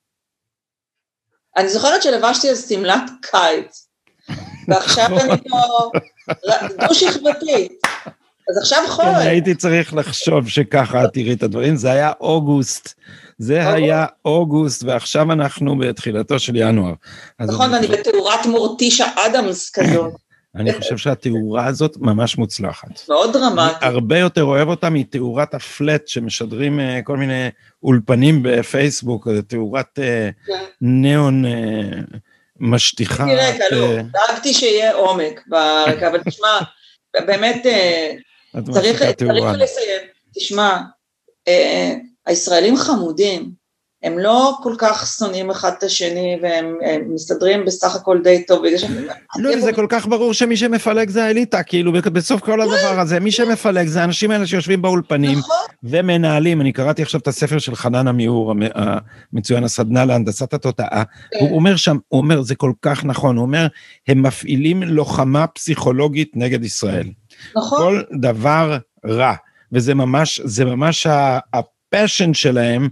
Speaker 2: אני זוכרת שלבשתי על סמלת קיץ, ועכשיו אני פה דו שכבתית, אז עכשיו חורף.
Speaker 1: הייתי צריך לחשוב שככה תראי את הדברים, זה היה אוגוסט, זה היה אוגוסט, ועכשיו אנחנו בתחילתו של ינואר.
Speaker 2: נכון, ואני בתאורת מורטישה אדמס כזאת.
Speaker 1: אני חושב שהתאורה הזאת ממש מוצלחת.
Speaker 2: מאוד דרמטית.
Speaker 1: הרבה יותר אוהב אותה מתאורת הפלט שמשדרים כל מיני אולפנים בפייסבוק, תאורת ניאון משטיחה.
Speaker 2: תראה, לא, דאגתי שיהיה עומק ברקע, אבל תשמע, באמת צריך לסיים. תשמע, הישראלים חמודים, הם לא כל כך שונאים אחד את השני, והם מסתדרים בסך הכל די טוב.
Speaker 1: לא, זה כל כך ברור שמי שמפלג זה האליטה, כאילו בסוף כל הדבר הזה, מי שמפלג זה האנשים האלה שיושבים באולפנים, ומנהלים. אני קראתי עכשיו את הספר של חנן עמיהור, המצוין הסדנה להנדסת התודעה, הוא אומר שם, הוא אומר, זה כל כך נכון, הוא אומר, הם מפעילים לוחמה פסיכולוגית נגד ישראל.
Speaker 2: נכון.
Speaker 1: כל דבר רע, וזה ממש, זה ממש הפשן שלהם,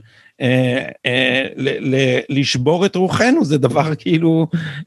Speaker 1: לשבור את רוחנו, זה דבר כאילו...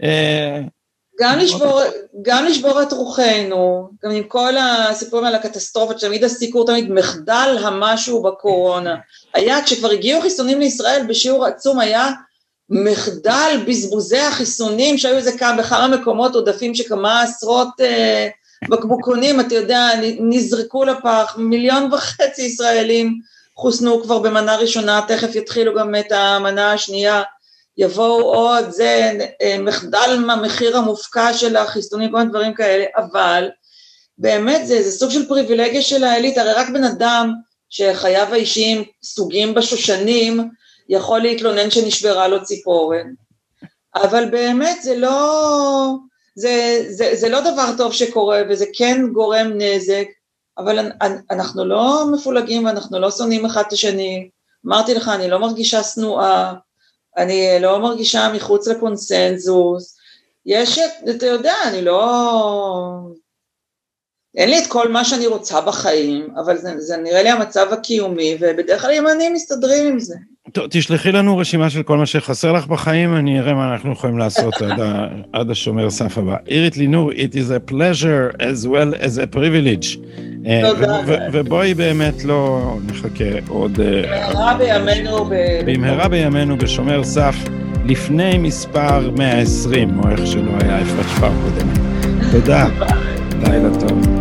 Speaker 2: גם לשבור את רוחנו, גם עם כל הסיפורים על הקטסטרופה, תמיד הסיקור, תמיד מחדל המשהו בקורונה. היה, כשכבר הגיעו חיסונים לישראל, בשיעור עצום היה מחדל בזבוזי החיסונים, שהיו איזה בכמה מקומות עודפים שכמה עשרות בקבוקונים, אתה יודע, נזרקו לפח, מיליון וחצי ישראלים, חוסנו כבר במנה ראשונה, תכף יתחילו גם את המנה השנייה, יבואו עוד, זה מחדל מהמחיר המופקע של החיסונים, כל מיני דברים כאלה, אבל באמת זה, זה סוג של פריבילגיה של האליט, הרי רק בן אדם שחייו האישיים סוגים בשושנים, יכול להתלונן שנשברה לו ציפורן, אבל באמת זה לא, זה, זה, זה לא דבר טוב שקורה, וזה כן גורם נזק, אבל אנחנו לא מפולגים, ואנחנו לא שונאים אחד את השני. אמרתי לך, אני לא מרגישה שנואה, אני לא מרגישה מחוץ לקונסנזוס. יש, אתה יודע, אני לא... אין לי את כל מה שאני רוצה בחיים, אבל זה, זה נראה לי המצב הקיומי, ובדרך כלל ימנים מסתדרים עם זה.
Speaker 1: טוב, תשלחי לנו רשימה של כל מה שחסר לך בחיים, אני אראה מה אנחנו יכולים לעשות עד, ה, עד השומר סף הבא. אירית לינור, it is a pleasure as well as a privilege.
Speaker 2: תודה.
Speaker 1: ו- ו- ובואי באמת לא נחכה עוד...
Speaker 2: במהרה בימינו...
Speaker 1: במהרה בימינו בשומר סף, לפני מספר מאה ועשרים, או איך שלא היה, איפה השפר קודם. תודה. לילה טוב.